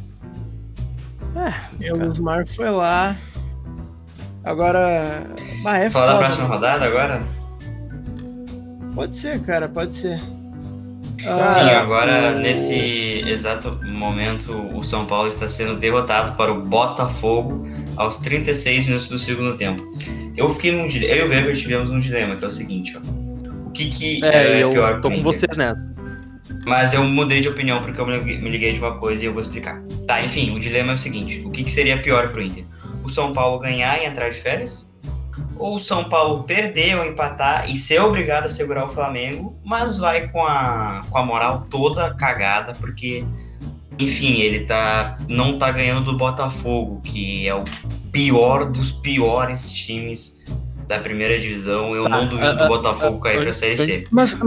O Lusmar foi lá. Agora. Falar da próxima rodada agora? Pode ser, cara, pode ser. Sim, agora nesse exato momento o São Paulo está sendo derrotado para o Botafogo aos 36 minutos do segundo tempo. Eu e o Weber tivemos um dilema, que é o seguinte, ó. O que é pior? Eu tô com vocês nessa. Mas eu mudei de opinião porque eu me liguei de uma coisa e eu vou explicar. Tá, enfim, o dilema é o seguinte, o que seria pior pro Inter? O São Paulo ganhar e entrar de férias? Ou o São Paulo perder ou empatar e ser obrigado a segurar o Flamengo, mas vai com a moral toda cagada, porque, enfim, ele não tá ganhando do Botafogo, que é o pior dos piores times da primeira divisão. Eu não duvido do Botafogo cair pra Série C.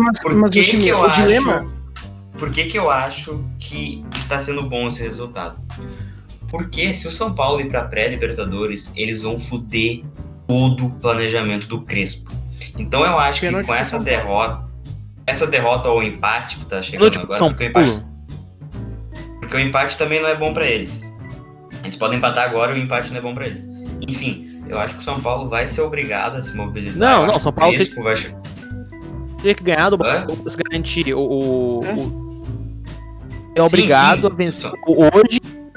Por que eu acho que está sendo bom esse resultado? Porque se o São Paulo ir pra pré-Libertadores, eles vão foder todo o planejamento do Crespo. Então eu acho que com essa derrota ou empate que tá chegando agora, porque o empate também não é bom pra eles. Eles podem empatar agora e o empate não é bom pra eles. Enfim, eu acho que o São Paulo vai ser obrigado a se mobilizar. Não, São Paulo tem que ganhar do Botafogo pra se garantir. É obrigado a vencer hoje.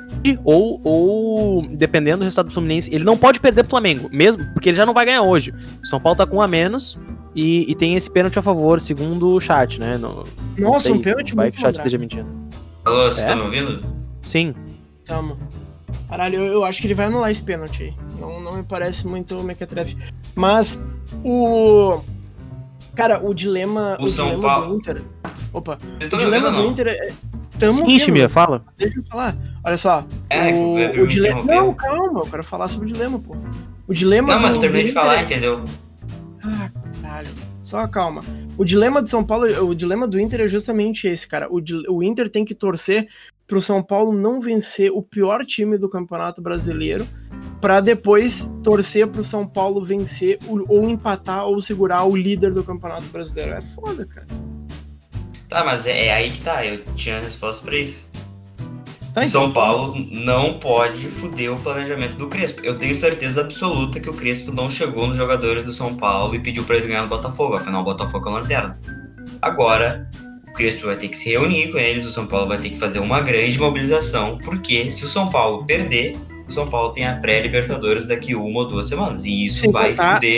Ou dependendo do resultado do Fluminense, ele não pode perder pro Flamengo, mesmo, porque ele já não vai ganhar hoje. O São Paulo tá com um a menos e tem esse pênalti a favor, segundo o chat, né? Nossa, um pênalti vai que o chat esteja mentindo. Alô, você tá me ouvindo? Sim. Tamo. Caralho, eu acho que ele vai anular esse pênalti aí. Não me parece muito mequetrefe. Mas cara, o dilema do Inter. Opa, o dilema do Inter é. Sim, Chimia, fala. Deixa eu falar. Olha só. O dilema. Não, calma, eu quero falar sobre o dilema, pô. O dilema. Não, mas eu terminei de falar, entendeu? Ah, caralho. Só calma. O dilema do São Paulo, o dilema do Inter é justamente esse, cara. O Inter tem que torcer pro São Paulo não vencer o pior time do Campeonato Brasileiro, pra depois torcer pro São Paulo vencer ou empatar ou segurar o líder do Campeonato Brasileiro. É foda, cara. Tá, mas é aí que tá, eu tinha a resposta pra isso. Tá, o São Paulo não pode foder o planejamento do Crespo. Eu tenho certeza absoluta que o Crespo não chegou nos jogadores do São Paulo e pediu pra eles ganhar no Botafogo, afinal o Botafogo é a lanterna. Agora, o Crespo vai ter que se reunir com eles, o São Paulo vai ter que fazer uma grande mobilização, porque se o São Paulo perder, o São Paulo tem a pré-Libertadores daqui 1 ou 2 semanas, e isso vai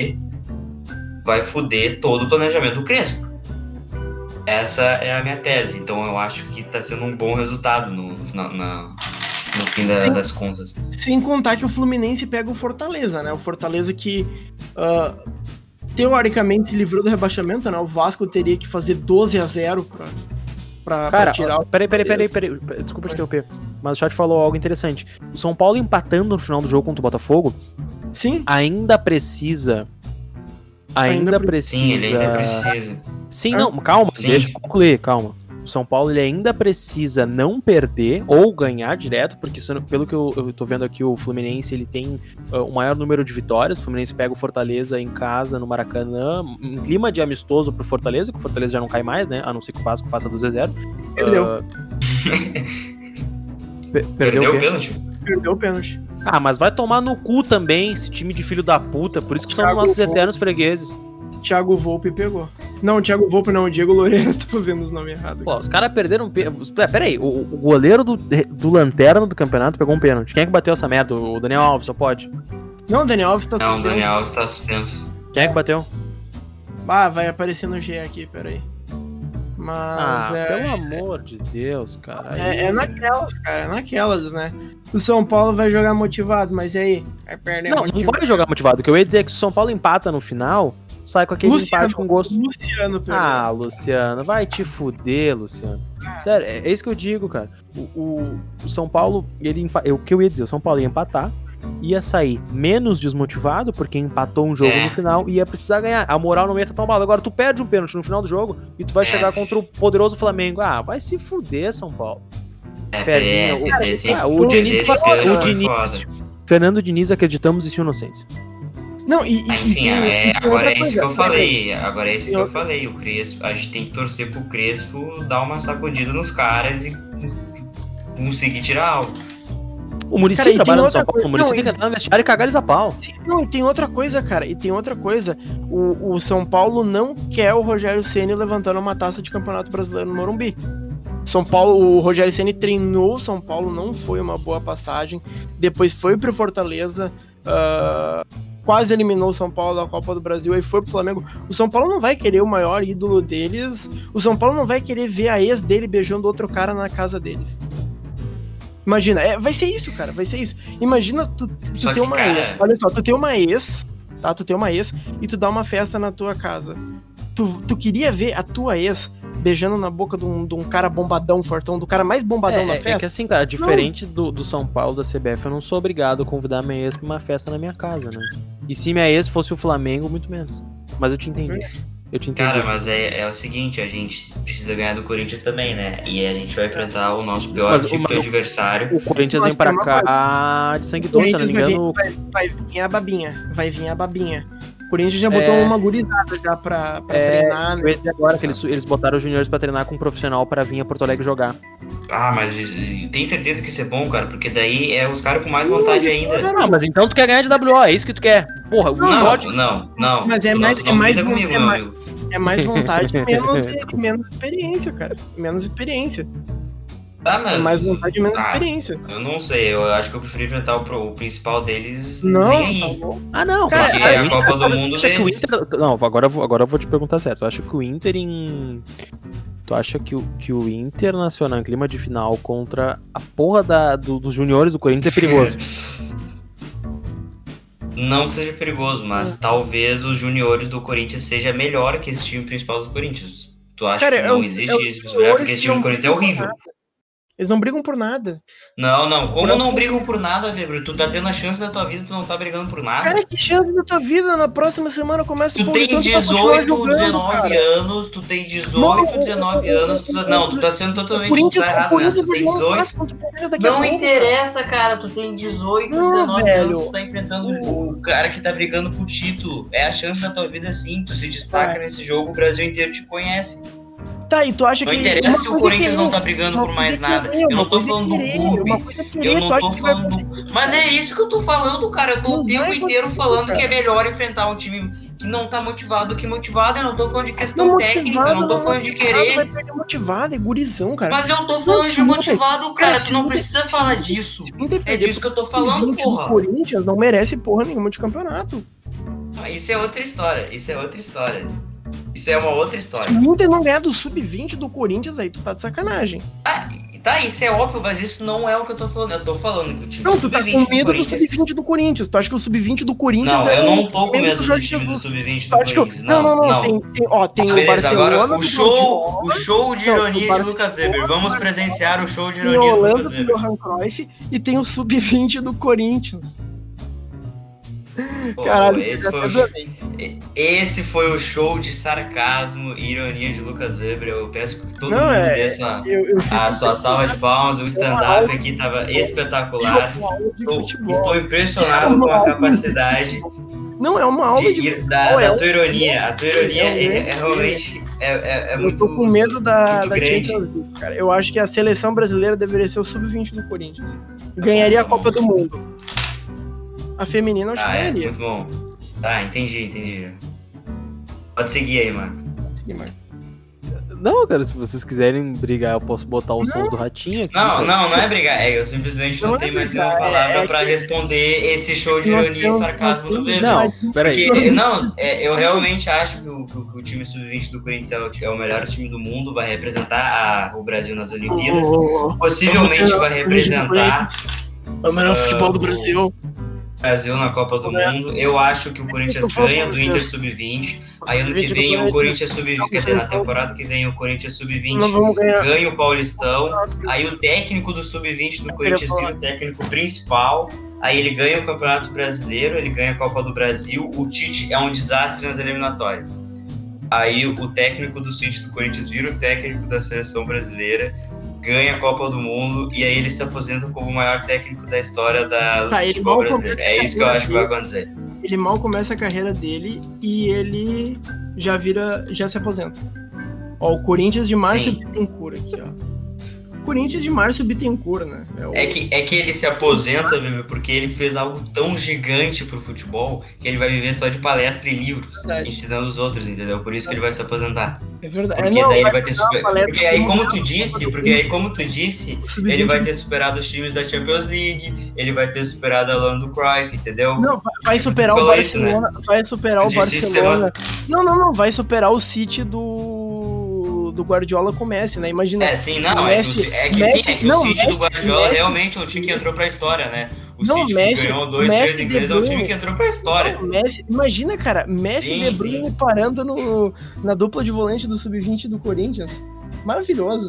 foder todo o planejamento do Crespo. Essa é a minha tese, então eu acho que tá sendo um bom resultado no fim das contas. Sem contar que o Fluminense pega o Fortaleza, né? O Fortaleza que teoricamente se livrou do rebaixamento, né? O Vasco teria que fazer 12-0 pra tirar o... Peraí, desculpa te interromper, mas o chat falou algo interessante. O São Paulo empatando no final do jogo contra o Botafogo, sim, ainda precisa. Sim, ele ainda precisa. Sim, não, calma, deixa eu concluir, calma. O São Paulo ele ainda precisa não perder ou ganhar direto, porque pelo que eu tô vendo aqui, o Fluminense ele tem o maior número de vitórias. O Fluminense pega o Fortaleza em casa, no Maracanã, em clima de amistoso pro Fortaleza, que o Fortaleza já não cai mais, né? A não ser que o Vasco faça 2-0. Perdeu. Perdeu o pênalti? Perdeu o pênalti. Ah, mas vai tomar no cu também, esse time de filho da puta. Por isso que são nossos eternos fregueses. Thiago Volpe pegou. Não, Thiago Volpe não, Diego Loureiro. Tô vendo os nomes errados. Pô, os caras perderam... Peraí, o goleiro do Lanterna do campeonato pegou um pênalti. Quem é que bateu essa merda? O Daniel Alves, só pode? Não, o Daniel Alves tá suspenso. Não, o Daniel Alves tá suspenso. Quem é que bateu? Vai aparecer no G aqui, peraí. Mas pelo amor de Deus, cara. É naquelas, né? O São Paulo vai jogar motivado, mas e aí? Vai perder motivado. Não vai jogar motivado. O que eu ia dizer é que se o São Paulo empata no final, sai com aquele empate com gosto. Luciano, Ah, Luciano, vai te fuder, Luciano. Sério, é isso que eu digo, cara. O São Paulo, o que eu ia dizer, o São Paulo ia empatar, ia sair menos desmotivado, porque empatou um jogo no final e ia precisar ganhar. A moral não ia estar tão mal. Agora, tu perde um pênalti no final do jogo e tu vai chegar contra o poderoso Flamengo. Ah, vai se fuder, São Paulo. O Diniz, Fernando Diniz, acreditamos em sua inocência. Não, agora é isso que eu falei. Agora é isso que eu falei. O Crespo, a gente tem que torcer pro Crespo dar uma sacudida nos caras e conseguir tirar algo. O Muricy trabalha no São Paulo. O Muricy tem que entrar no vestiário e cagar eles a pau. Não, e tem outra coisa, cara. O São Paulo não quer o Rogério Ceni levantando uma taça de Campeonato Brasileiro no Morumbi. O Rogério Ceni treinou o São Paulo, não foi uma boa passagem. Depois foi pro Fortaleza, quase eliminou o São Paulo da Copa do Brasil, aí foi pro Flamengo. O São Paulo não vai querer o maior ídolo deles, o São Paulo não vai querer ver a ex dele beijando outro cara na casa deles. Imagina, vai ser isso, cara, vai ser isso. Imagina tu ter uma ex, olha só, tu tem uma ex, tá? Tu tem uma ex e tu dá uma festa na tua casa. Tu queria ver a tua ex beijando na boca de um cara bombadão, fortão, do cara mais bombadão da festa? É que assim, cara, diferente do São Paulo, da CBF, eu não sou obrigado a convidar minha ex pra uma festa na minha casa, né? E se minha ex fosse o Flamengo, muito menos. Mas eu te entendi. Cara, mas é o seguinte, a gente precisa ganhar do Corinthians também, né? E a gente vai enfrentar o nosso pior tipo de adversário. O Corinthians vem pra cá de sangue doce, se não me engano. Vai vir a babinha. O Corinthians já botou uma gurizada já pra treinar, né? Agora que eles botaram os juniores pra treinar com um profissional pra vir a Porto Alegre jogar. Ah, mas tem certeza que isso é bom, cara? Porque daí é os caras com mais vontade ainda. Não, mas então tu quer ganhar de WO, é isso que tu quer. Porra, o Não. Mas é mais vontade e menos experiência, cara. Menos experiência. Tá, mas... É mais vontade e menos experiência. Eu não sei, eu acho que eu prefiro enfrentar o principal deles. Não, tá bom. Não, cara, porque é a Copa do Mundo deles. Não, agora eu vou te perguntar certo. Eu acho que o Inter Tu acha que o Internacional em clima de final contra a porra dos juniores do Corinthians é perigoso? Não que seja perigoso, mas talvez os juniores do Corinthians seja melhor que esse time principal dos Corinthians. Tu acha que não existe isso? Porque esse time do Corinthians é horrível. Eles não brigam por nada. Não. Como não brigam por nada, Weber? Tu tá tendo a chance da tua vida, tu não tá brigando por nada. Cara, que chance da tua vida? Na próxima semana começa o Paulistão. Tu tem 18, 19 anos, tu tem 18, 19 anos. Tu tá sendo totalmente errado nessa. Tu tem 18. Não interessa, cara. Tu tem 18, 19 anos, tu tá enfrentando o cara que tá brigando por título. É a chance da tua vida, sim. Tu se destaca nesse jogo, o Brasil inteiro te conhece. Tá, e tu acha não interessa se o Corinthians não tá brigando por mais nada. Eu não tô falando do clube. Eu não tô falando do... Mas é isso que eu tô falando, cara. Eu tô o tempo inteiro falando que é melhor enfrentar um time que não tá motivado do que motivado. Eu não tô falando de questão técnica, eu não tô falando de querer. Vai perder motivado, é gurizão, cara. Mas eu tô falando de motivado, cara. Tu não precisa falar disso. É disso que eu tô falando, porra. O Corinthians não merece porra nenhuma de campeonato. Isso é outra história. Isso é uma outra história. Se o Inter não ganhar do Sub-20 do Corinthians, aí tu tá de sacanagem. Tá, isso é óbvio, mas isso não é o que eu tô falando. Eu tô falando que o time não, tu tá com medo do Sub-20 do Corinthians. Tu acha que o Sub-20 do Corinthians não, eu não tô com medo do time do Sub-20 do Corinthians. Não. Tem o Barcelona. Agora, o show de ironia de Lucas Weber. Vamos presenciar o show de ironia do Lucas Weber. Tem o Johan Cruyff e tem o Sub-20 do Corinthians. Caralho, esse foi o show de sarcasmo e ironia de Lucas Weber. Eu peço que todo mundo dê a sua salva de palmas. O stand-up aqui tava espetacular. Estou impressionado com a capacidade. Não, é uma aula da tua ironia. A tua ironia é realmente muito. Eu tô com medo da grande. Champions League, cara. Eu acho que a seleção brasileira deveria ser o Sub-20 do Corinthians. Ganharia a Copa do Mundo. A feminina acho que ganharia. Muito bom. Tá, entendi. Pode seguir aí, Marcos. Não, cara, se vocês quiserem brigar, eu posso botar os sons do Ratinho aqui. Não é brigar. Eu simplesmente não tenho mais nenhuma palavra pra responder esse show de ironia e sarcasmo do Weber. Não, peraí. Eu realmente acho que o time sub-20 do Corinthians é o melhor time do mundo, vai representar o Brasil nas Olimpíadas. Possivelmente vai representar o melhor futebol do Brasil. Brasil na Copa do Mundo. Eu acho que o Corinthians ganha do Inter Sub-20. Aí ano que vem o Corinthians Sub-20, quer dizer, na temporada que vem o Corinthians Sub-20 ganha o Paulistão. Aí o técnico do Sub-20 do Corinthians vira o técnico principal. Aí ele ganha o Campeonato Brasileiro, ele ganha a Copa do Brasil. O Tite é um desastre nas eliminatórias. Aí o técnico do Tite do Corinthians vira o técnico da seleção brasileira, ganha a Copa do Mundo e aí ele se aposenta como o maior técnico da história do futebol brasileiro. É isso que eu acho que vai acontecer. Ele mal começa a carreira dele e ele já se aposenta. Ó, o Corinthians de Márcio Bittencourt aqui, ó. Corinthians de Márcio Bittencourt, né? É que ele se aposenta, viu, porque ele fez algo tão gigante pro futebol que ele vai viver só de palestra e livros, ensinando os outros, entendeu? Por isso que ele vai se aposentar. É verdade. Porque daí ele vai ter porque aí como tu disse, ele vai ter superado os times da Champions League, ele vai ter superado a Luan do Cruyff, entendeu? Não, vai superar o Barcelona, vai superar o Barcelona. Não, vai superar o City do Guardiola com o Messi, né? Imagina. O City do Guardiola realmente é um time que entrou pra história, né? O City que ganhou 2, 3 ingleses é um time que entrou pra história. Imagina, cara, Messi e De Bruyne parando na dupla de volante do Sub-20 do Corinthians. Maravilhoso.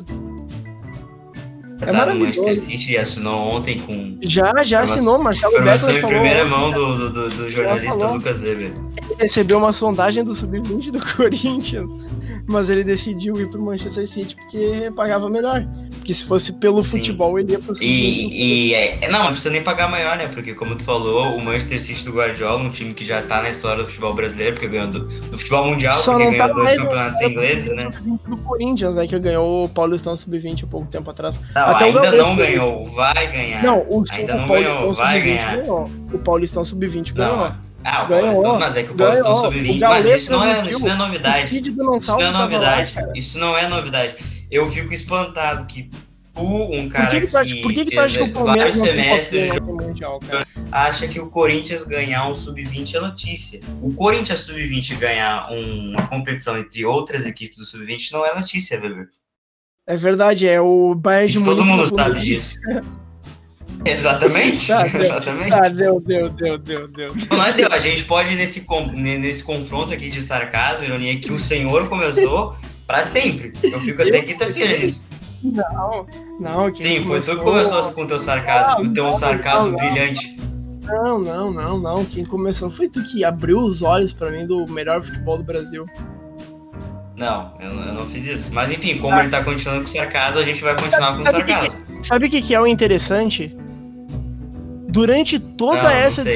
É maravilhoso. O Manchester City assinou ontem com... Já assinou, Marcelo Beckler falou. Em primeira mão do jornalista Lucas Weber. Ele recebeu uma sondagem do Sub-20 do Corinthians, mas ele decidiu ir pro Manchester City porque pagava melhor. Porque se fosse pelo futebol, ele ia pro Sub-20. Não precisa nem pagar maior, né? Porque como tu falou, o Manchester City do Guardiola, um time que já tá na história do futebol brasileiro, porque ganhou do futebol mundial, porque ganhou 2 campeonatos ingleses, né? Do Corinthians, né? Que ganhou o Paulistão Sub-20 há pouco tempo atrás. Ainda não ganhou, vai ganhar. Não, ainda não ganhou, vai ganhar. Ganhou. O Paulistão Sub-20 ganhou. O Paulistão, mas é que o Paulistão Sub-20, mas isso não é novidade. Isso não é novidade. Eu fico espantado que um cara por que tu acha que o Palmeiras vários semestres acha que o Corinthians ganhar um Sub-20 é notícia. O Corinthians Sub-20 ganhar uma competição entre outras equipes do Sub-20 não é notícia, Weber. É verdade, é o Bayern de Munique. Todo mundo sabe disso. Exatamente. Exatamente. Deu. Mas deu. A gente pode, nesse confronto aqui de sarcasmo, ironia, que o senhor começou pra sempre. Eu fico até quinta-feira nisso. Não. Sim, foi tu que começou com o teu sarcasmo, com o teu sarcasmo brilhante. Não. Quem começou foi tu que abriu os olhos pra mim do melhor futebol do Brasil. Não, eu não fiz isso. Mas enfim, como ele tá continuando com o sarcasmo, a gente vai continuar com o sarcasmo. Sabe o que é o interessante? Durante toda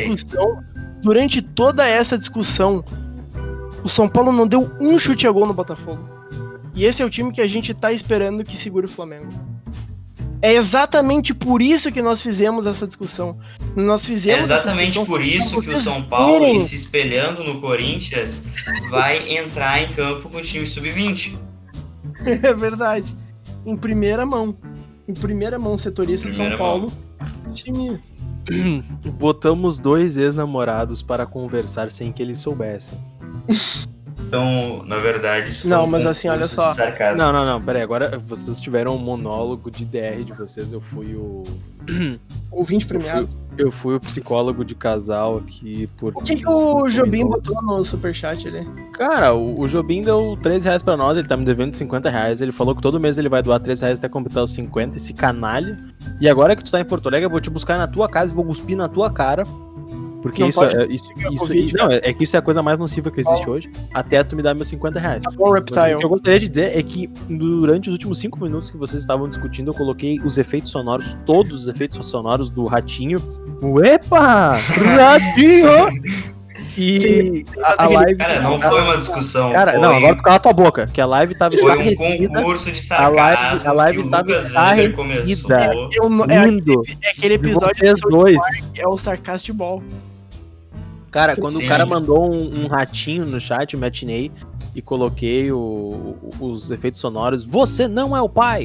essa discussão, o São Paulo não deu um chute a gol no Botafogo. E esse é o time que a gente tá esperando que segure o Flamengo. É exatamente por isso que nós fizemos essa discussão. É exatamente por isso que o São Paulo, se espelhando no Corinthians, vai entrar em campo com o time Sub-20. É verdade. Em primeira mão, setorista de São Paulo. Time. Botamos 2 ex-namorados para conversar sem que eles soubessem. Então, na verdade, isso não, mas assim, olha só. Não, peraí, agora vocês tiveram um monólogo de DR de vocês, eu fui o... Ouvinte premiado. Eu fui o psicólogo de casal aqui por... O que o Jobim botou no superchat ali? Cara, o Jobim deu R$3 pra nós, ele tá me devendo R$50, ele falou que todo mês ele vai doar R$3 até completar os 50, esse canalha. E agora que tu tá em Porto Alegre, eu vou te buscar na tua casa e vou cuspir na tua cara. Porque que isso é a coisa mais nociva que existe hoje, até tu me dar meus R$50. Tá bom, Reptile. O que eu gostaria de dizer é que durante os últimos 5 minutos que vocês estavam discutindo, eu coloquei os efeitos sonoros, todos os efeitos sonoros do Ratinho. Epa! Ratinho! E a live... Cara, não foi uma discussão. Cara, não, agora tu cala tua boca, que a live tava estarrecida. Foi um concurso de sarcasmo. A live estava estarrecida. É aquele episódio é o Sarcastic Ball. Cara, quando o cara mandou um ratinho no chat, o Matinei, e coloquei os efeitos sonoros, você não é o pai,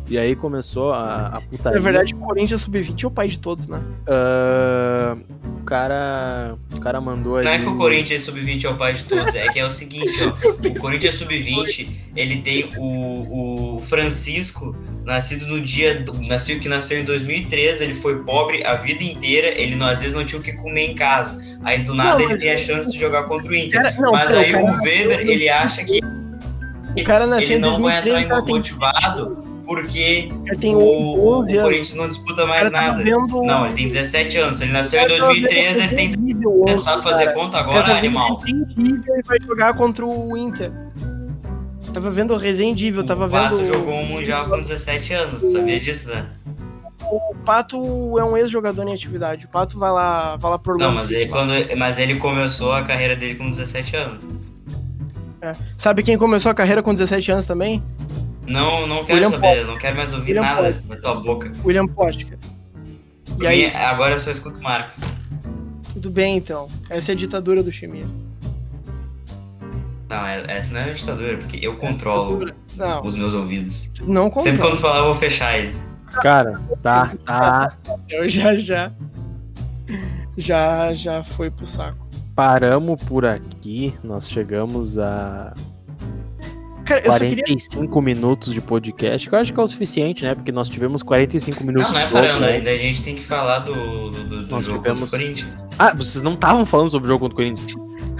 E aí começou a putaria. Na verdade, o Corinthians Sub-20 é o pai de todos, né? O cara mandou aí... Não é que o Corinthians Sub-20 é o pai de todos, é que é o seguinte, ó. O Corinthians Sub-20, ele tem o Francisco, que nasceu em 2013, ele foi pobre a vida inteira, ele às vezes não tinha o que comer em casa. Aí do nada ele tem a chance de jogar contra o Inter. Mas aí o Weber, ele acha que o cara nasceu ele não vai entrar motivado porque o Corinthians não disputa mais nada. Não, ele tem 17 anos. Ele nasceu em 2013, ele tem... Você sabe fazer conta agora, animal? Ele vai jogar contra o Inter. Tava vendo o Resident Evil, tava vendo... O Pato jogou um Mundial com 17 anos, sabia disso, né? O Pato é um ex-jogador em atividade. O Pato vai lá por Orlando. Não, mas ele começou a carreira dele com 17 anos. Sabe quem começou a carreira com 17 anos também? Não quero saber, não quero mais ouvir nada na tua boca. William Postka. E aí... Agora eu só escuto Marcos. Tudo bem, então. Essa é a ditadura do Chimia. Não, essa não é a ditadura, porque eu controlo os meus ouvidos. Não controlo. Sempre quando falar, eu vou fechar eles. Cara, tá. Eu já foi pro saco. Paramos por aqui, nós chegamos a... Cara, 45 minutos de podcast, que eu acho que é o suficiente, né? Porque nós tivemos 45 minutos. Não é parando, ainda a gente tem que falar do jogo contra o Corinthians. Ah, vocês não estavam falando sobre o jogo contra o Corinthians?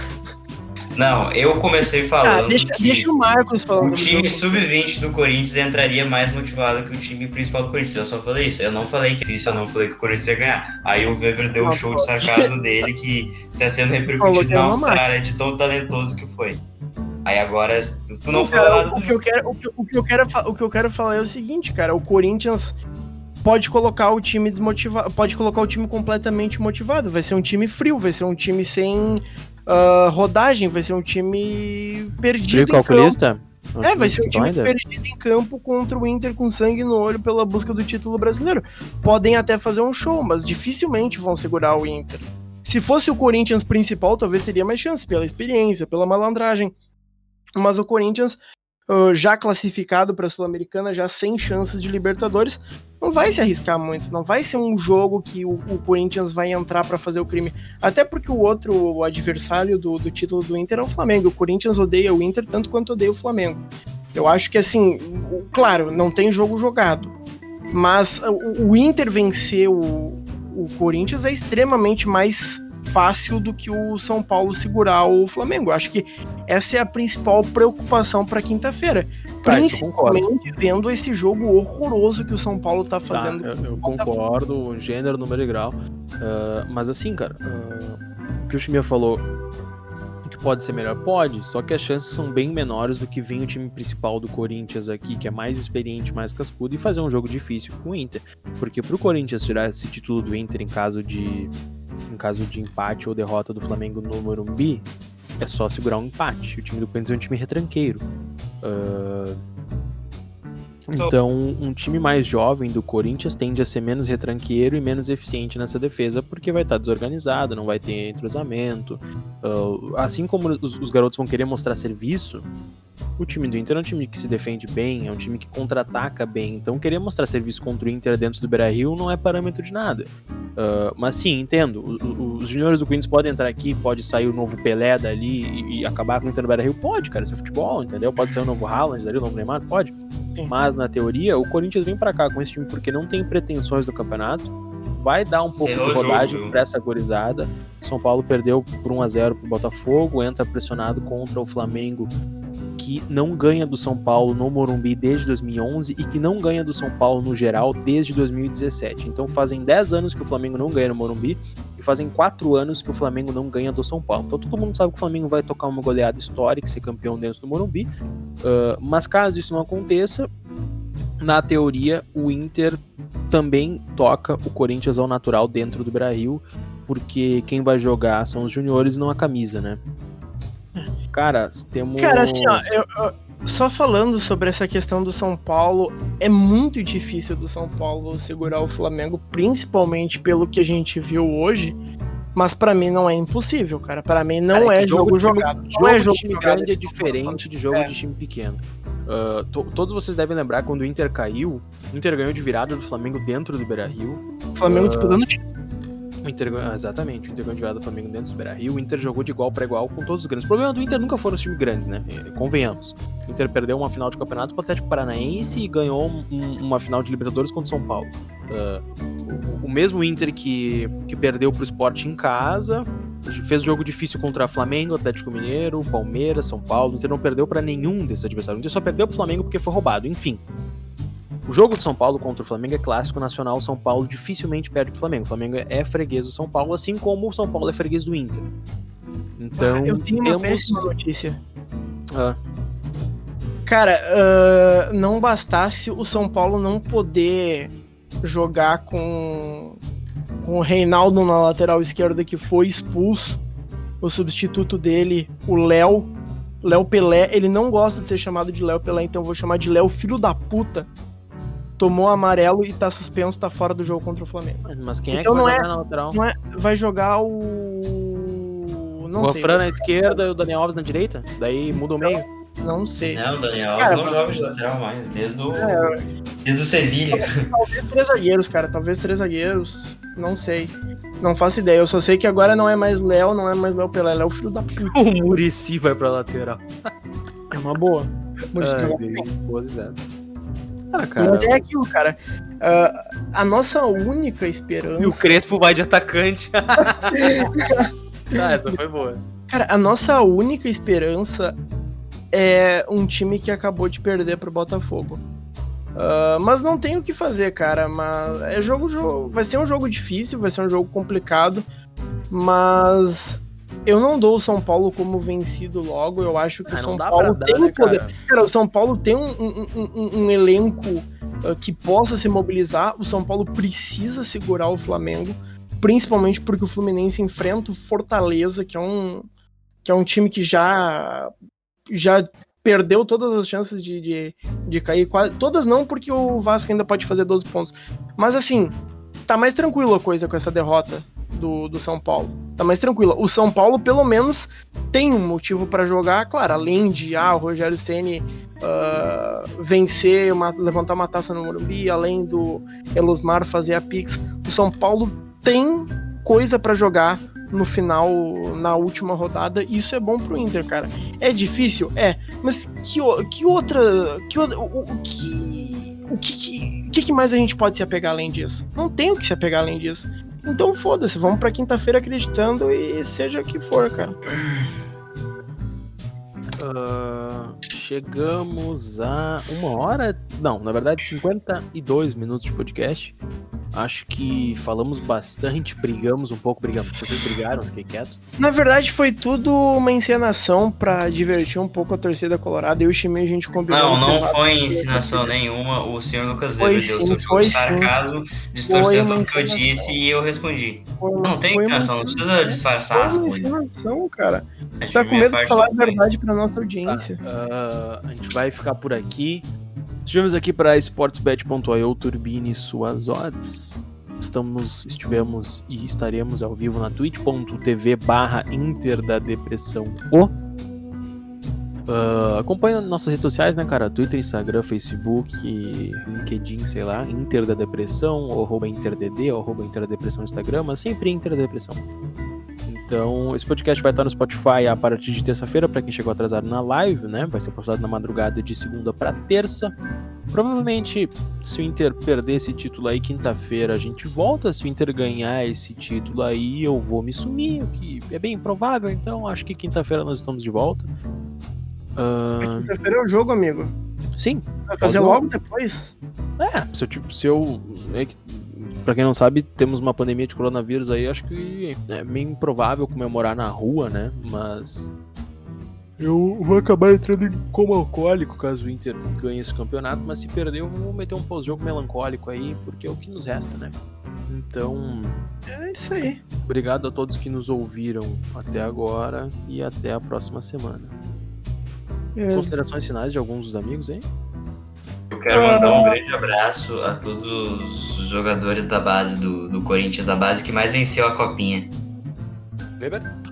Não, eu comecei falando deixa o Marcos falando. O time sub-20 do Corinthians entraria mais motivado que o time principal do Corinthians. Eu só falei isso. Eu não falei que isso, eu não falei que o Corinthians ia ganhar. Aí o Weber deu um show de sarcasmo dele que tá sendo repercutido na Austrália de tão talentoso que foi. Aí agora, tu não falou nada do... O que eu quero falar é o seguinte, cara. O Corinthians pode colocar o time desmotivado, pode colocar o time completamente motivado. Vai ser um time frio, vai ser um time sem rodagem, vai ser um time perdido em calculista? campo. Vai ser um time perdido em campo contra o Inter com sangue no olho pela busca do título brasileiro. Podem até fazer um show, mas dificilmente vão segurar o Inter. Se fosse o Corinthians principal, talvez teria mais chance, pela experiência, pela malandragem. Mas o Corinthians, já classificado para a Sul-Americana, já sem chances de Libertadores, não vai se arriscar muito. Não vai ser um jogo que o Corinthians vai entrar para fazer o crime. Até porque o adversário do título do Inter é o Flamengo. O Corinthians odeia o Inter tanto quanto odeia o Flamengo. Eu acho que, assim, claro, não tem jogo jogado. Mas o Inter vencer o Corinthians é extremamente mais fácil do que o São Paulo segurar o Flamengo. Acho que essa é a principal preocupação para quinta-feira. Principalmente vendo esse jogo horroroso que o São Paulo tá fazendo. Eu concordo, gênero, número e grau. Mas assim, cara, o que o Chimia falou, que pode ser melhor? Pode, só que as chances são bem menores do que vir o time principal do Corinthians aqui, que é mais experiente, mais cascudo, e fazer um jogo difícil com o Inter. Porque pro Corinthians tirar esse título do Inter em caso de empate ou derrota do Flamengo no Morumbi, é só segurar um empate. O time do Corinthians é um time retranqueiro. Então, um time mais jovem do Corinthians tende a ser menos retranqueiro e menos eficiente nessa defesa, porque vai estar desorganizado, não vai ter entrosamento. Assim como os garotos vão querer mostrar serviço, o time do Inter é um time que se defende bem, é um time que contra-ataca bem. Então, querer mostrar serviço contra o Inter dentro do Beira-Rio não é parâmetro de nada. Mas sim, entendo. Os juniores do Corinthians podem entrar aqui, pode sair o novo Pelé dali e acabar com o Inter no Beira-Rio? Pode, cara, isso é futebol, entendeu? Pode ser o novo Haaland dali, o novo Neymar? Pode. Sim. Mas, na teoria, o Corinthians vem pra cá com esse time porque não tem pretensões no campeonato, vai dar um pouco de rodagem pra essa gorizada. São Paulo perdeu por 1-0 pro Botafogo, entra pressionado contra o Flamengo, que não ganha do São Paulo no Morumbi desde 2011 e que não ganha do São Paulo no geral desde 2017. Então fazem 10 anos que o Flamengo não ganha no Morumbi e fazem 4 anos que o Flamengo não ganha do São Paulo. Então todo mundo sabe que o Flamengo vai tocar uma goleada histórica e ser campeão dentro do Morumbi. Mas caso isso não aconteça, na teoria o Inter também toca o Corinthians ao natural dentro do Beira-Rio, porque quem vai jogar são os juniores e não a camisa, né? Cara, temos... Cara, assim, ó, só falando sobre essa questão do São Paulo, é muito difícil do São Paulo segurar o Flamengo, principalmente pelo que a gente viu hoje, mas pra mim não é impossível, cara. Pra mim não é jogo jogado. Não é jogo de time grande é diferente de jogo de time pequeno. Todos vocês devem lembrar quando o Inter caiu, o Inter ganhou de virada do Flamengo dentro do Beira-Rio. O Flamengo disputando o título. Exatamente, o Inter ganhou de virada do Flamengo dentro do Beira-Rio. O Inter jogou de igual para igual com todos os grandes. O problema do Inter nunca foram os times grandes, né? Convenhamos. O Inter perdeu uma final de campeonato pro Atlético Paranaense e ganhou uma final de Libertadores contra o São Paulo. O mesmo Inter que perdeu pro Sport em casa, fez jogo difícil contra Flamengo, Atlético Mineiro, Palmeiras, São Paulo. O Inter não perdeu para nenhum desses adversários. O Inter só perdeu pro Flamengo porque foi roubado. Enfim, o jogo de São Paulo contra o Flamengo é clássico nacional. São Paulo dificilmente perde pro Flamengo. O Flamengo é freguês do São Paulo, assim como o São Paulo é freguês do Inter. Então, eu tenho uma péssima notícia. Ah. Cara, não bastasse o São Paulo não poder jogar com o Reinaldo na lateral esquerda, que foi expulso, o substituto dele, o Léo Pelé. Ele não gosta de ser chamado de Léo Pelé, então eu vou chamar de Léo filho da puta. Tomou amarelo e tá suspenso, tá fora do jogo contra o Flamengo. Mas quem então é que vai jogar na lateral? Vai jogar o... Não o sei. Rafran na esquerda e o Daniel Alves na direita? Daí muda o meio? Não sei. Não, o Daniel Alves não joga de lateral mais, desde o Sevilha. Talvez 3 zagueiros, cara. Talvez 3 zagueiros. Não sei. Não faço ideia. Eu só sei que agora não é mais Léo, não é mais Léo Pelé. Léo filho da puta. O Muricy vai pra lateral. É uma boa. Pois é. Cara. Mas é aquilo, cara. A única esperança... E o Crespo vai de atacante. Essa foi boa. Cara, a nossa única esperança é um time que acabou de perder pro Botafogo. Mas não tem o que fazer, cara. Mas é jogo. Vai ser um jogo difícil, vai ser um jogo complicado. Mas eu não dou o São Paulo como vencido logo. Eu acho que o São Paulo tem o poder. Cara, o São Paulo tem um elenco que possa se mobilizar. O São Paulo precisa segurar o Flamengo, principalmente porque o Fluminense enfrenta o Fortaleza, que é um time que já perdeu todas as chances de cair. Quase, todas não, porque o Vasco ainda pode fazer 12 pontos. Mas assim, tá mais tranquila a coisa com essa derrota do São Paulo. Tá mais tranquila. O São Paulo, pelo menos, tem um motivo pra jogar. Claro, além de o Rogério Ceni vencer, levantar uma taça no Morumbi, além do Elosmar fazer a Pix, o São Paulo tem coisa pra jogar no final, na última rodada, e isso é bom pro Inter, cara. É difícil? É, mas o que mais a gente pode se apegar além disso? Não tem o que se apegar além disso. Então foda-se, vamos pra quinta-feira acreditando e seja o que for, cara. Chegamos a 1 hora, não, na verdade 52 minutos de podcast. Acho que falamos bastante, brigamos um pouco, vocês brigaram, fiquei quieto. Na verdade foi tudo uma encenação pra divertir um pouco a torcida colorada. Eu e o Chimei, a gente combinou. Não foi encenação nenhuma. O senhor Lucas Weber deu seu sarcasmo, distorceu tudo que eu disse e eu respondi. Não tem encenação, não precisa disfarçar as coisas. Foi uma encenação, cara. Tá com medo de falar a verdade pra nossa audiência. A gente vai ficar por aqui. Estivemos aqui para sportsbet.io, turbine suas odds. Estivemos e estaremos ao vivo na twitch.tv/Inter da Depressão. Acompanha nossas redes sociais, né, cara? Twitter, Instagram, Facebook, LinkedIn, sei lá, Inter da Depressão, ou @InterDD, ou @Inter da Depressão no Instagram, mas sempre Inter da Depressão. Então, esse podcast vai estar no Spotify a partir de terça-feira, para quem chegou atrasado na live, né? Vai ser postado na madrugada de segunda para terça. Provavelmente, se o Inter perder esse título aí, quinta-feira a gente volta. Se o Inter ganhar esse título aí, eu vou me sumir, o que é bem improvável. Então, acho que quinta-feira nós estamos de volta. Quinta-feira é o jogo, amigo. Sim. Vai fazer logo depois? Pra quem não sabe, temos uma pandemia de coronavírus aí, acho que é meio improvável comemorar na rua, né? Mas eu vou acabar entrando em coma alcoólico caso o Inter ganhe esse campeonato, mas se perder eu vou meter um pós-jogo melancólico aí, porque é o que nos resta, né? Então, é isso aí. Obrigado a todos que nos ouviram até agora e até a próxima semana. Considerações finais de alguns dos amigos aí? Eu quero mandar um grande abraço a todos os jogadores da base do Corinthians, a base que mais venceu a Copinha. Weber?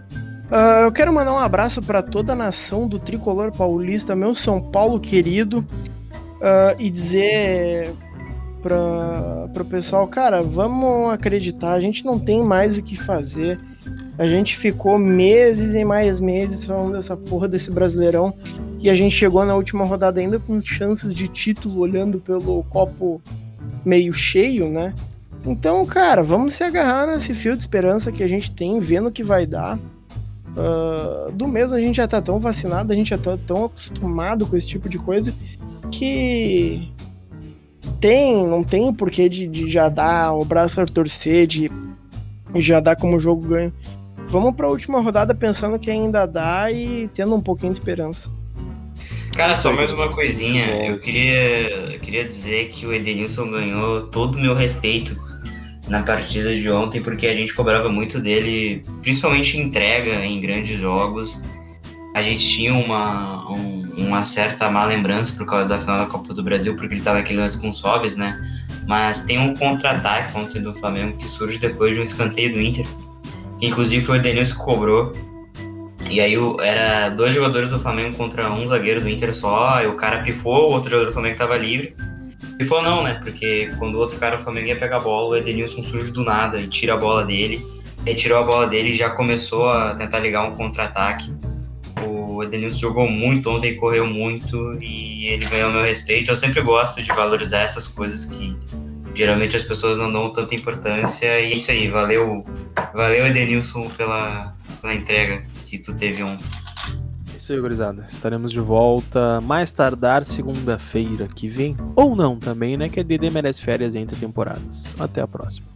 Eu quero mandar um abraço para toda a nação do Tricolor Paulista, meu São Paulo querido, e dizer pro pessoal, cara, vamos acreditar, a gente não tem mais o que fazer. A gente ficou meses e mais meses falando dessa porra desse Brasileirão e a gente chegou na última rodada ainda com chances de título, olhando pelo copo meio cheio, né? Então, cara, vamos se agarrar nesse fio de esperança que a gente tem, vendo o que vai dar. Do mesmo, a gente já tá tão vacinado, a gente já tá tão acostumado com esse tipo de coisa que não tem o porquê de já dar o braço a torcer, de já dar como jogo ganho. Vamos pra última rodada pensando que ainda dá e tendo um pouquinho de esperança. Cara, só mais uma coisinha. Eu queria dizer que o Edenilson ganhou todo o meu respeito na partida de ontem, porque a gente cobrava muito dele, principalmente em entrega em grandes jogos. A gente tinha uma certa má lembrança por causa da final da Copa do Brasil, porque ele estava naquele lance com o Sobis, né? Mas tem um contra-ataque ontem do Flamengo que surge depois de um escanteio do Inter, que inclusive foi o Edenilson que cobrou. E aí era 2 jogadores do Flamengo contra um zagueiro do Inter só, e o cara pifou, o outro jogador do Flamengo estava livre. Pifou não, né? Porque quando o outro cara do Flamengo ia pegar a bola, o Edenilson surge do nada e tira a bola dele. Ele tirou a bola dele e já começou a tentar ligar um contra-ataque. O Edenilson jogou muito ontem, correu muito e ele ganhou meu respeito. Eu sempre gosto de valorizar essas coisas que geralmente as pessoas não dão tanta importância. E é isso aí, valeu Edenilson pela entrega que tu teve ontem. Isso aí, gurizada. Estaremos de volta mais tardar segunda-feira que vem. Ou não também, né? Que a DD merece férias entre temporadas. Até a próxima.